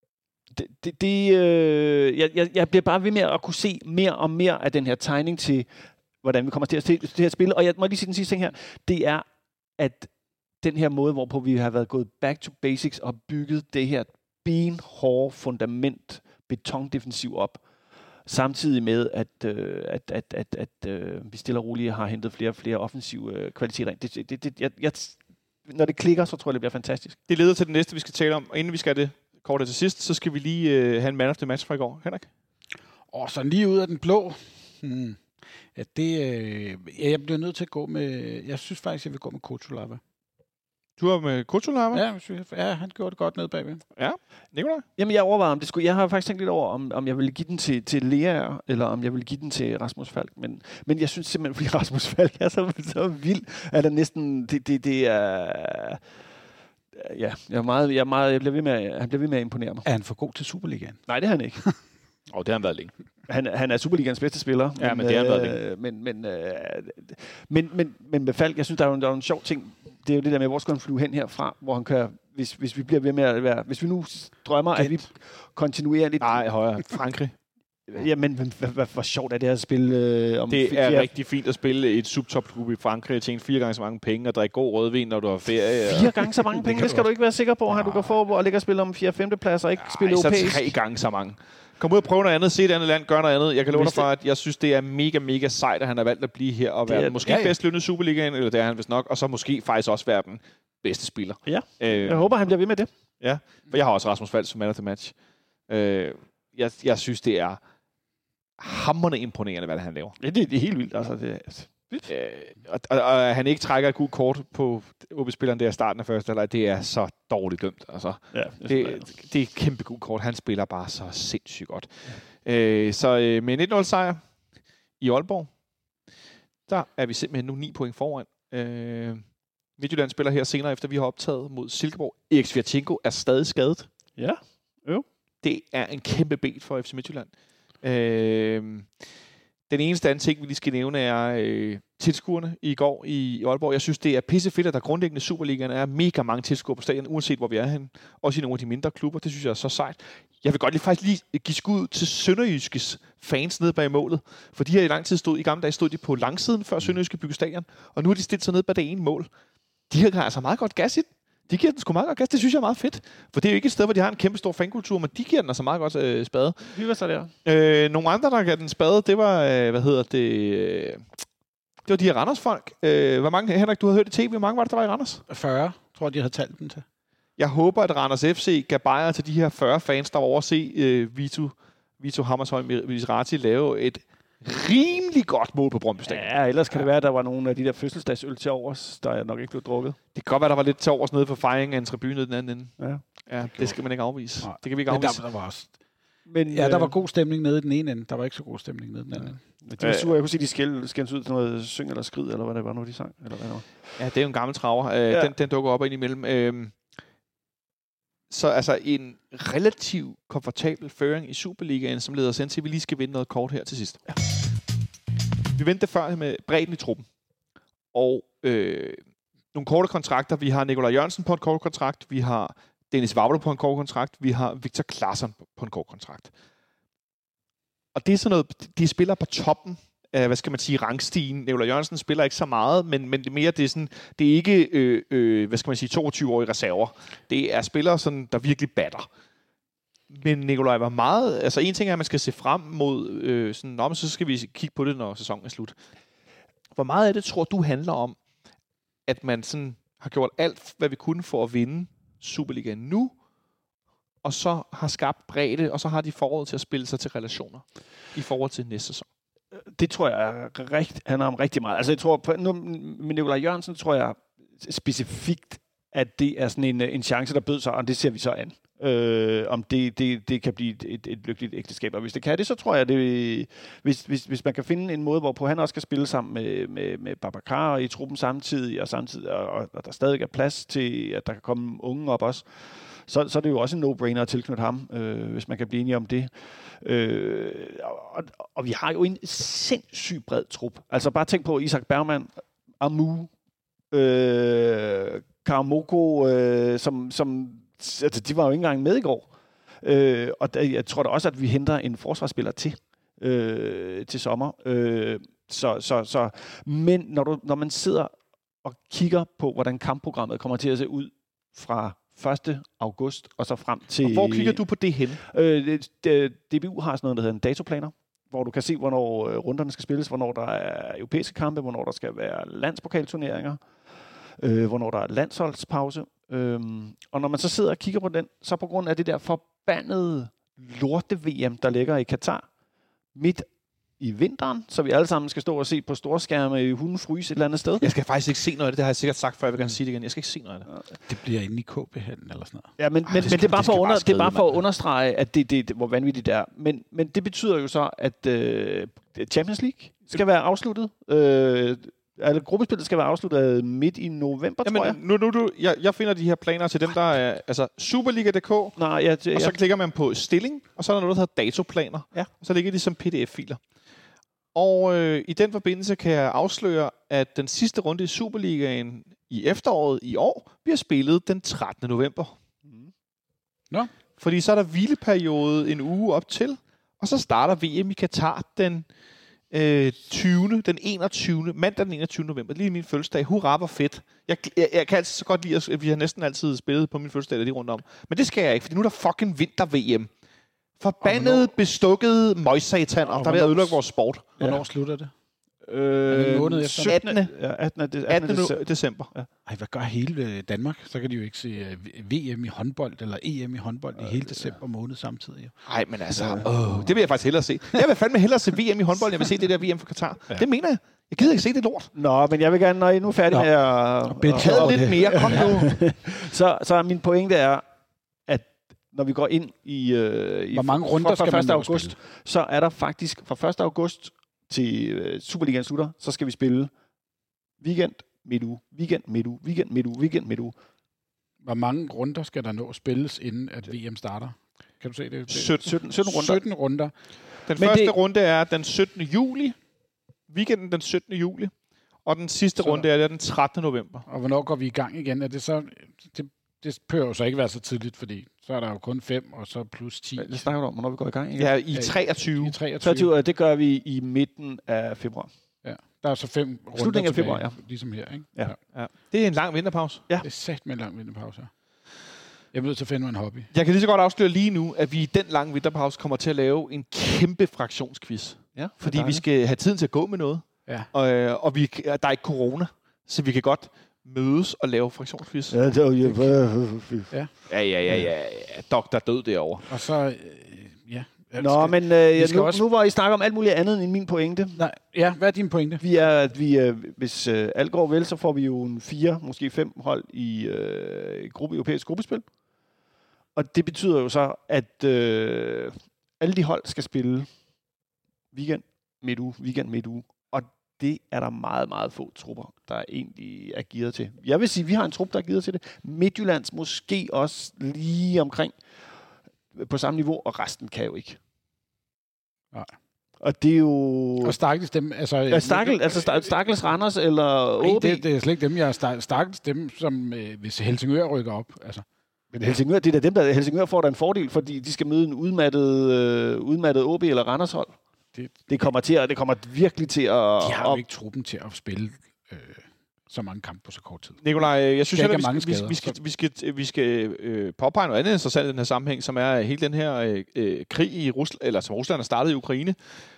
jeg bliver bare ved med at kunne se mere og mere af den her tegning til, hvordan vi kommer til at spille. Og jeg må lige sige den sidste ting her. Det er, at den her måde, hvorpå vi har været gået back to basics og bygget det her benhårde fundament, betondefensiv op, samtidig med, at vi stille og roligt har hentet flere og flere offensive kvaliteter ind. Når det klikker, så tror jeg, det bliver fantastisk. Det leder til det næste, vi skal tale om. Og inden vi skal det kort til sidst, så skal vi lige have en man of the match fra i går. Henrik? Så lige ud af den blå. Ja, jeg bliver nødt til at gå med... Jeg synes faktisk, jeg vil gå med Kutsulava. Du har med Kutsulava? Ja, han gjorde det godt ned bagved. Ja, Nikolaj? Jamen, jeg overvejer, om det skulle... Jeg har faktisk tænkt lidt over, om jeg ville give den til Lea, eller om jeg ville give den til Rasmus Falk. Men jeg synes simpelthen, fordi Rasmus Falk er så vild, at der næsten... Det er... Ja, han bliver ved med at imponere mig. Er han for god til Superligaen? Nej, det er han ikke. Det har han været længe. Han er Superligans bedste spiller. Ja, men det har han været længe. Men med Falk, jeg synes, der er en sjov ting. Det er jo det der med, hvor skal han flyve hen herfra, hvor han kører, hvis vi bliver ved med at være... Hvis vi nu drømmer, at vi kontinuerligt... Nej, højere. Frankrig. Jamen, hvor sjovt er det at spille om... Det er rigtig fint at spille et subtopklub i Frankrig og tjene 4 gange så mange penge og drikke god rødvin, når du har ferie. 4 gange så mange penge? Det skal du ikke være sikker på, at du kan få og ligge og spille om 4-5. plads og ikke spille europæisk. Så 3 gange så mange. Kom ud og prøve noget andet, se et andet land, gør noget andet. Jeg kan love dig for, at jeg synes, det er mega, mega sejt, at han har valgt at blive her og være måske bedst lønnet Superligaen, eller det er han vist nok, og så måske faktisk også være den bedste spiller. Ja, jeg håber, han bliver ved med det. Ja, for jeg har også Rasmus Falk som man of the match. Jeg synes, det er hamrende imponerende, hvad han laver. Ja, det er helt vildt. Altså, det er... og han ikke trækker et gult kort på OB-spilleren der i starten af første halvleg, det er så dårligt dømt. Altså, ja, det er et kæmpe gult kort. Han spiller bare så sindssygt godt. Så med en 1-0 sejr i Aalborg, der er vi simpelthen nu 9 point foran. Midtjylland spiller her senere, efter vi har optaget mod Silkeborg. Erik Sviatchenko er stadig skadet. Ja, jo. Det er en kæmpe bet for FC Midtjylland. Den eneste anden ting, vi lige skal nævne, er tilskuerne i går i Aalborg. Jeg synes, det er pissefedt, at der grundlæggende Superligaen er mega mange tilskuere på stadion, uanset hvor vi er henne. Også i nogle af de mindre klubber. Det synes jeg er så sejt. Jeg vil godt faktisk lige give skud til Sønderjyskes fans nede bag målet. For de her i lang tid i gamle dage stod de på langsiden, før Sønderjyske byggede stadion. Og nu har de stillet sig ned bag det ene mål. De har altså meget godt gas i den. De giver den sgu meget godt gas. Det synes jeg er meget fedt. For det er jo ikke et sted, hvor de har en kæmpe stor fankultur, men de giver den altså meget godt spade. Vi var så der. Nogle andre, der gav den spade, det var, det var de her Randers-folk. Hvor mange, Henrik, du har hørt i tv, hvor mange var det, der var i Randers? 40, tror jeg, de havde talt den til. Jeg håber, at Randers FC gav bajer til de her 40 fans, der var over at se Vito Hammersholm Misrati lave et rimelig godt mål på Brøndby Stadion. Ja, ellers kan det være, at der var nogle af de der fødselsdagsøl til overs, der nok ikke blev drukket. Det kan godt være, der var lidt til overs nede på fejringen af en tribune i den anden ende. Ja, det skal man ikke afvise. Nej. Det kan vi ikke afvise. Der var også... der var god stemning nede i den ene ende. Der var ikke så god stemning nede i den anden ende. De var sure. Jeg kunne se, de skændes ud til noget syng eller skrid, eller hvad det var nu, de sang. Eller hvad det var. Ja, det er jo en gammel traver. Den dukker op ind imellem. Så altså en relativt komfortabel føring i Superligaen, som leder os ind til, at vi lige skal vinde noget kort her til sidst. Ja. Vi vendte før med bredden i truppen. Og nogle korte kontrakter. Vi har Nikolaj Jørgensen på en kort kontrakt. Vi har Dennis Vavlo på en kort kontrakt. Vi har Victor Claesson på en kort kontrakt. Og det er sådan noget, de spiller på toppen af, hvad skal man sige, rangstigen. Nikolaj Jørgensen spiller ikke så meget, men det er mere, det er sådan, det er ikke, hvad skal man sige, 22-årige reserver. Det er spillere, sådan, der virkelig batter. Men Nikolaj var meget, altså en ting er, at man skal se frem mod, sådan, så skal vi kigge på det, når sæsonen er slut. Hvor meget af det, tror du, handler om, at man sådan har gjort alt, hvad vi kunne for at vinde Superligaen nu, og så har skabt bredde, og så har de foråret til at spille sig til relationer i forhold til næste sæson? Det tror jeg handler om rigtig meget. Altså jeg tror, med Nikolaj Jørgensen tror jeg specifikt, at det er sådan en chance, der bød sig, og det ser vi så an. Om det kan blive et lykkeligt ægteskab. Og hvis det kan det, så tror jeg, hvis man kan finde en måde, hvorpå han også kan spille sammen med Babacar i truppen samtidig, og der stadig er plads til, at der kan komme unge op også, så er det jo også en no-brainer at tilknytte ham, hvis man kan blive enige om det. Og vi har jo en sindssygt bred trup. Altså bare tænk på Isak Bergman, Amu, Karamoko, som altså, de var jo ikke engang med i går. Og jeg tror da også, at vi henter en forsvarsspiller til sommer. Men når man sidder og kigger på, hvordan kampprogrammet kommer til at se ud fra 1. august og så frem til... Og hvor kigger du på det hen? DBU har sådan noget, der hedder en datoplaner, hvor du kan se, hvornår runderne skal spilles, hvornår der er europæiske kampe, hvornår der skal være landspokalturneringer, hvornår der er landsholdspause. Og når man så sidder og kigger på den, så på grund af det der forbandede lorte-VM, der ligger i Katar, midt i vinteren, så vi alle sammen skal stå og se på storskærme i hundefryse et eller andet sted. Jeg skal faktisk ikke se noget af det. Det har jeg sikkert sagt før, jeg vil gerne sige det igen. Jeg skal ikke se noget af det. Det bliver inde i KB-hallen eller sådan noget. Ja, men det er bare for at understrege, at det hvor vanvittigt det er. Men det betyder jo så, at Champions League skal være afsluttet. Altså, gruppespillet skal være afsluttet midt i november, tror jeg. Jeg finder de her planer til dem, der er altså Superliga.dk, og så klikker man på stilling, og så er der noget, der hedder datoplaner, og så ligger de som pdf-filer. Og i den forbindelse kan jeg afsløre, at den sidste runde i Superligaen i efteråret i år bliver spillet den 13. november. Nå. Fordi så er der hvileperiode en uge op til, Og så starter VM i Katar den 21. mandag den 21. november. Lige min fødselsdag. Hurra, hvor fedt. Jeg kan altså så godt lide, at vi har næsten altid spillet på min fødselsdag lige rundt om. Men det skal jeg ikke, fordi nu er der fucking vinter-VM. Forbandede, bestukkede møgssataner, der er ved at ødelægge vores sport. Hvornår slutter det? En måned efter. 18. december. Ja. Ej, hvad gør hele Danmark? Så kan de jo ikke se VM i håndbold eller EM i håndbold i hele december måned samtidig. Nej, men altså, det vil jeg faktisk hellere se. Jeg vil fandme hellere se VM i håndbold, jeg vil se det der VM for Katar. Ja. Det mener jeg. Jeg gider ikke se det lort. Nå, men jeg vil gerne, når I nu er færdige med at... Kæde lidt mere, kom nu. Så min pointe er, at når vi går ind i hvor mange runder skal fra 1. man august, spille? så er der faktisk fra 1. august til Superligaen slutter, så skal vi spille weekend, midtuge, weekend, midtuge, weekend, midtuge, weekend, midtuge. Hvor mange runder skal der nå at spilles, inden at VM starter? Kan du se det? 17 runder. 17 runder. Den første runde er den 17. juli. Weekenden den 17. juli. Og den sidste runde er den 13. november. Og hvornår går vi i gang igen? Er det så... Det behøver jo så ikke være så tidligt, fordi så er der jo kun 5, og så plus 10. Hvad snakker du om, hvornår vi går i gang igen? Ja, i 23. I 23. 23, det gør vi i midten af februar. Ja, der er så 5 runder Slutningen af februar, ja. Ligesom her, ikke? Ja. Det er en lang vinterpause. Ja. Det er sat med en lang vinterpause. Jeg er nødt til at finde mig en hobby. Jeg kan lige så godt afsløre lige nu, at vi i den lange vinterpause kommer til at lave en kæmpe fraktionsquiz. Ja, Fordi vi skal have tiden til at gå med noget. Ja. Og der er ikke corona, så vi kan godt mødes og lave fraktionsquiz. Ja, det er Ja. Doktor død derovre. Og så... ja. Nå, men nu hvor I snakker om alt muligt andet end min pointe. Nej, ja, hvad er din pointe? Hvis alt går vel, så får vi jo en 4, måske 5 hold i europæisk gruppespil. Og det betyder jo så, at alle de hold skal spille weekend, midtuge. Og det er der meget, meget få trupper, der egentlig er gearet til. Jeg vil sige, at vi har en trup, der er gearet til det. Midtjyllands måske også lige omkring på samme niveau, og resten kan jo ikke. Nej. Og det er jo... Og stakkels dem... Stakkels Randers eller OB. Det er slet ikke dem, jeg er stakkels dem, som hvis Helsingør rykker op. Altså. Men Helsingør, det er da dem, der Helsingør får der en fordel, fordi de skal møde en udmattet OB eller Randers hold. Det kommer virkelig til at... De har jo ikke truppen til at spille så mange kampe på så kort tid. Nikolaj, jeg synes, at vi skal påpege noget andet interessant i den her sammenhæng, som er hele den her krig i Rusland, eller som Rusland har startet i Ukraine,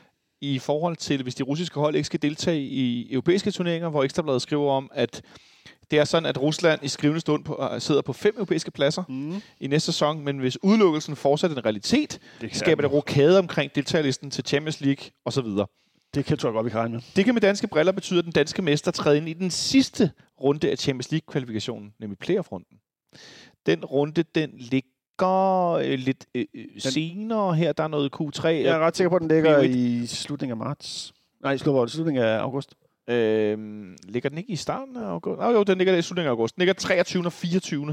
i forhold til, hvis de russiske hold ikke skal deltage i europæiske turneringer, hvor Ekstrabladet skriver om, at det er sådan, at Rusland i skrivende stund sidder på 5 europæiske pladser i næste sæson, men hvis udelukkelsen fortsætter en realitet, skaber det rokade omkring deltagerlisten til Champions League osv. Det kan jeg godt, vi kan regne med. Det kan med danske briller betyde, at den danske mester træder ind i den sidste runde af Champions League-kvalifikationen, nemlig playoff-runden. Den runde, den ligger lidt senere. Her der er noget Q3. Jeg er ret sikker på, at den ligger i slutningen af marts. Nej, slutningen af august. Ligger den ikke i starten af august? Jo, den ligger i slutningen af august. Den ligger 23. og 24.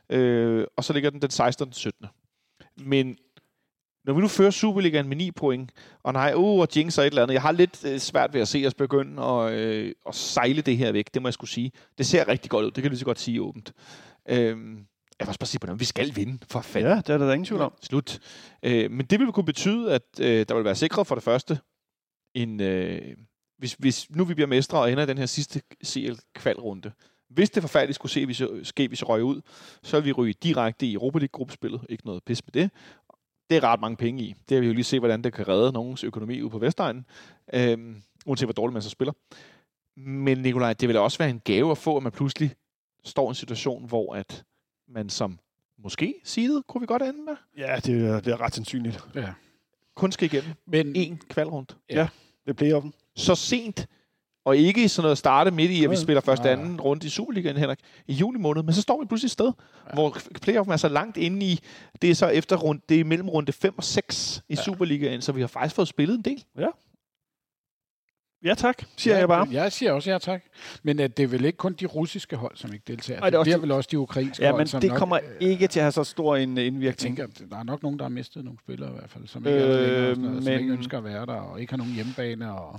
Og så ligger den 16. og 17. Men når vi nu fører Superligaen med 9 point, og jinx og et eller andet, jeg har lidt svært ved at se os begynde at sejle det her væk, det må jeg skulle sige. Det ser rigtig godt ud, det kan jeg lige så godt sige åbent. Jeg vil også bare sige på dem, vi skal vinde, for fanden. Ja, det er der ingen tvivl om. Slut. Men det vil kunne betyde, at der vil være sikret for det første, hvis nu vi bliver mestre og ender i den her sidste CL-kvalrunde. Hvis det forfærdeligt skulle ske, hvis vi røg ud, så vil vi ryge direkte i Europa League-gruppespillet. Ikke noget pis med det. Det er ret mange penge i. Det har vi jo lige se, hvordan det kan redde nogens økonomi ud på Vestegnen. Uanset hvor dårligt man så spiller. Men Nikolaj, det vil også være en gave at få, at man pludselig står i en situation, hvor at man som måske seedet, kunne vi godt ende med. Ja, det er ret sandsynligt. Ja. Kun skal igennem en kvalrunde. Ja, det bliver offen. Så sent, og ikke sådan noget at starte midt i, at vi spiller første anden runde i Superligaen, Henrik, i juli måned, men så står vi pludselig et sted, hvor playoffen er så langt inde i, det er så efter det er mellem runde 5 og 6 i Superligaen, så vi har faktisk fået spillet en del. Ja. Ja tak, siger jeg bare. Jeg siger også ja tak. Men det er vel ikke kun de russiske hold, som ikke deltager. Det bliver vel også de ukrainske hold. Ja, men som det kommer ikke til at have så stor en indvirkning. Jeg tænker, der er nok nogen, der har mistet nogle spillere i hvert fald, som ikke, som ikke ønsker at være der, og ikke har nogen hjemmebane. Og,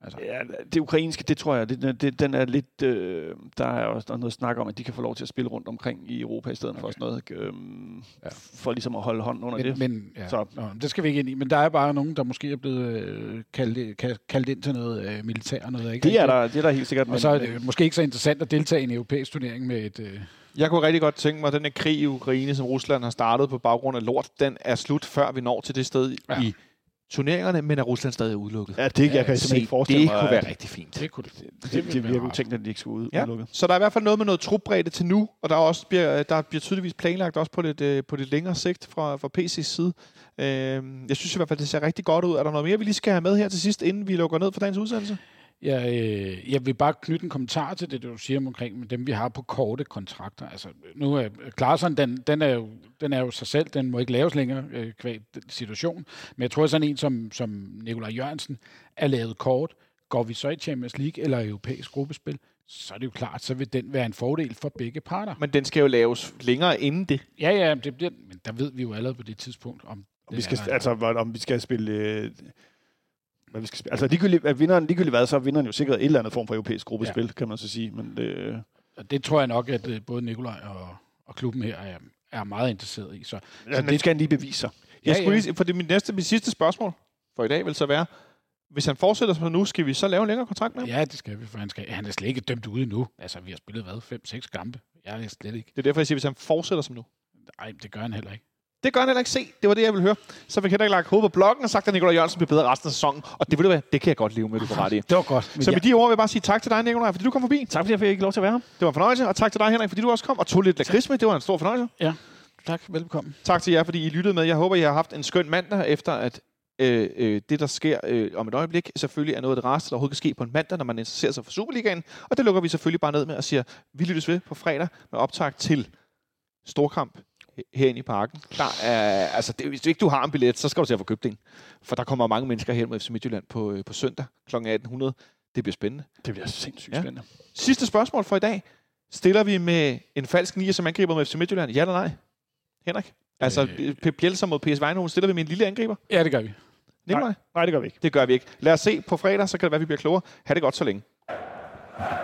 Altså. Ja, det ukrainske, det tror jeg, den er lidt... der er også noget snak om, at de kan få lov til at spille rundt omkring i Europa, i stedet for sådan noget, for ligesom at holde hånden under det. Men så. Det skal vi ikke ind i, men der er bare nogen, der måske er blevet kaldt ind til noget militær. Noget, ikke? Det er der helt sikkert. Og så er det måske ikke så interessant at deltage i en europæisk turnering med et... Jeg kunne rigtig godt tænke mig, at den her krig i Ukraine, som Rusland har startet på baggrund af lort, den er slut, før vi når til det sted i turneringerne, men er Rusland stadig udelukket. Ja, jeg kan simpelthen ikke forestille mig. Det kunne være rigtig fint. Det virker utænkt, at de ikke skulle udelukket. Så der er i hvert fald noget med noget trupbredde til nu, og der bliver tydeligvis planlagt også på lidt længere sigt fra PC's side. Jeg synes i hvert fald, det ser rigtig godt ud. Er der noget mere, vi lige skal have med her til sidst, inden vi lukker ned for dagens udsendelse? Jeg vil bare knytte en kommentar til det, du siger omkring dem, vi har på korte kontrakter. Altså, nu er Klaarsson, den er jo sig selv, den må ikke laves længere kvad situation. Men jeg tror, sådan en som Nikolaj Jørgensen er lavet kort. Går vi så i Champions League eller europæisk gruppespil, så er det jo klart, så vil den være en fordel for begge parter. Men den skal jo laves længere inden det. Ja, det bliver, men der ved vi jo allerede på det tidspunkt, om vi skal spille... Altså ligegyldigt hvad, så er vinderen jo sikkert et eller andet form for europæisk gruppespil, kan man så sige. Men det tror jeg nok, at både Nikolaj og klubben her er meget interesseret i. Så det skal han lige bevise sig. Jeg skulle lige, for det mit sidste spørgsmål for i dag vil så være, hvis han fortsætter som nu, skal vi så lave en længere kontrakt med ham? Ja, det skal vi, for han er slet ikke dømt ude nu. Altså, vi har spillet 5-6 kampe. Jeg er slet ikke. Det er derfor, jeg siger, hvis han fortsætter som nu. Nej, det gør han heller ikke. Det gør han heller ikke. Se, det var det, jeg ville høre. Så fik Henrik lagt hovedet på bloggen og sagt, at Nikolaj Jørgensen bliver bedre resten af sæsonen. Og det vil være, det kan jeg godt leve med, du får ret i. Det var godt. Så med de ord vil jeg bare sige tak til dig, Nikolaj, fordi du kom forbi. Tak fordi jeg fik lov til at være her. Det var en fornøjelse. Og tak til dig, Henrik, fordi du også kom og tog lidt lakrids med. Det var en stor fornøjelse. Ja, tak. Velkommen. Tak til jer, fordi I lyttede med. Jeg håber, I har haft en skøn mandag, efter at det, der sker om et øjeblik, selvfølgelig er noget af det rareste, der overhovedet kan ske på en mandag, når man interesserer sig for Superligaen. Og det lukker vi selvfølgelig bare ned med og siger, vi lyttes ved på fredag med optag til storkamp herinde i parken. Der er, altså, hvis ikke du har en billet, så skal du til at få købt en. For der kommer mange mennesker her med FC Midtjylland på søndag kl. 1800. Det bliver spændende. Det bliver sindssygt spændende. Sidste spørgsmål for i dag. Stiller vi med en falsk nier som angriber med FC Midtjylland? Ja eller nej? Henrik? Altså, Pep Bielsa mod PSV Eindhoven, stiller vi med en lille angriber? Ja, det gør vi. Nikolaj? Nej, det gør vi ikke. Det gør vi ikke. Lad os se på fredag, så kan det være, vi bliver klogere. Ha' det godt så længe.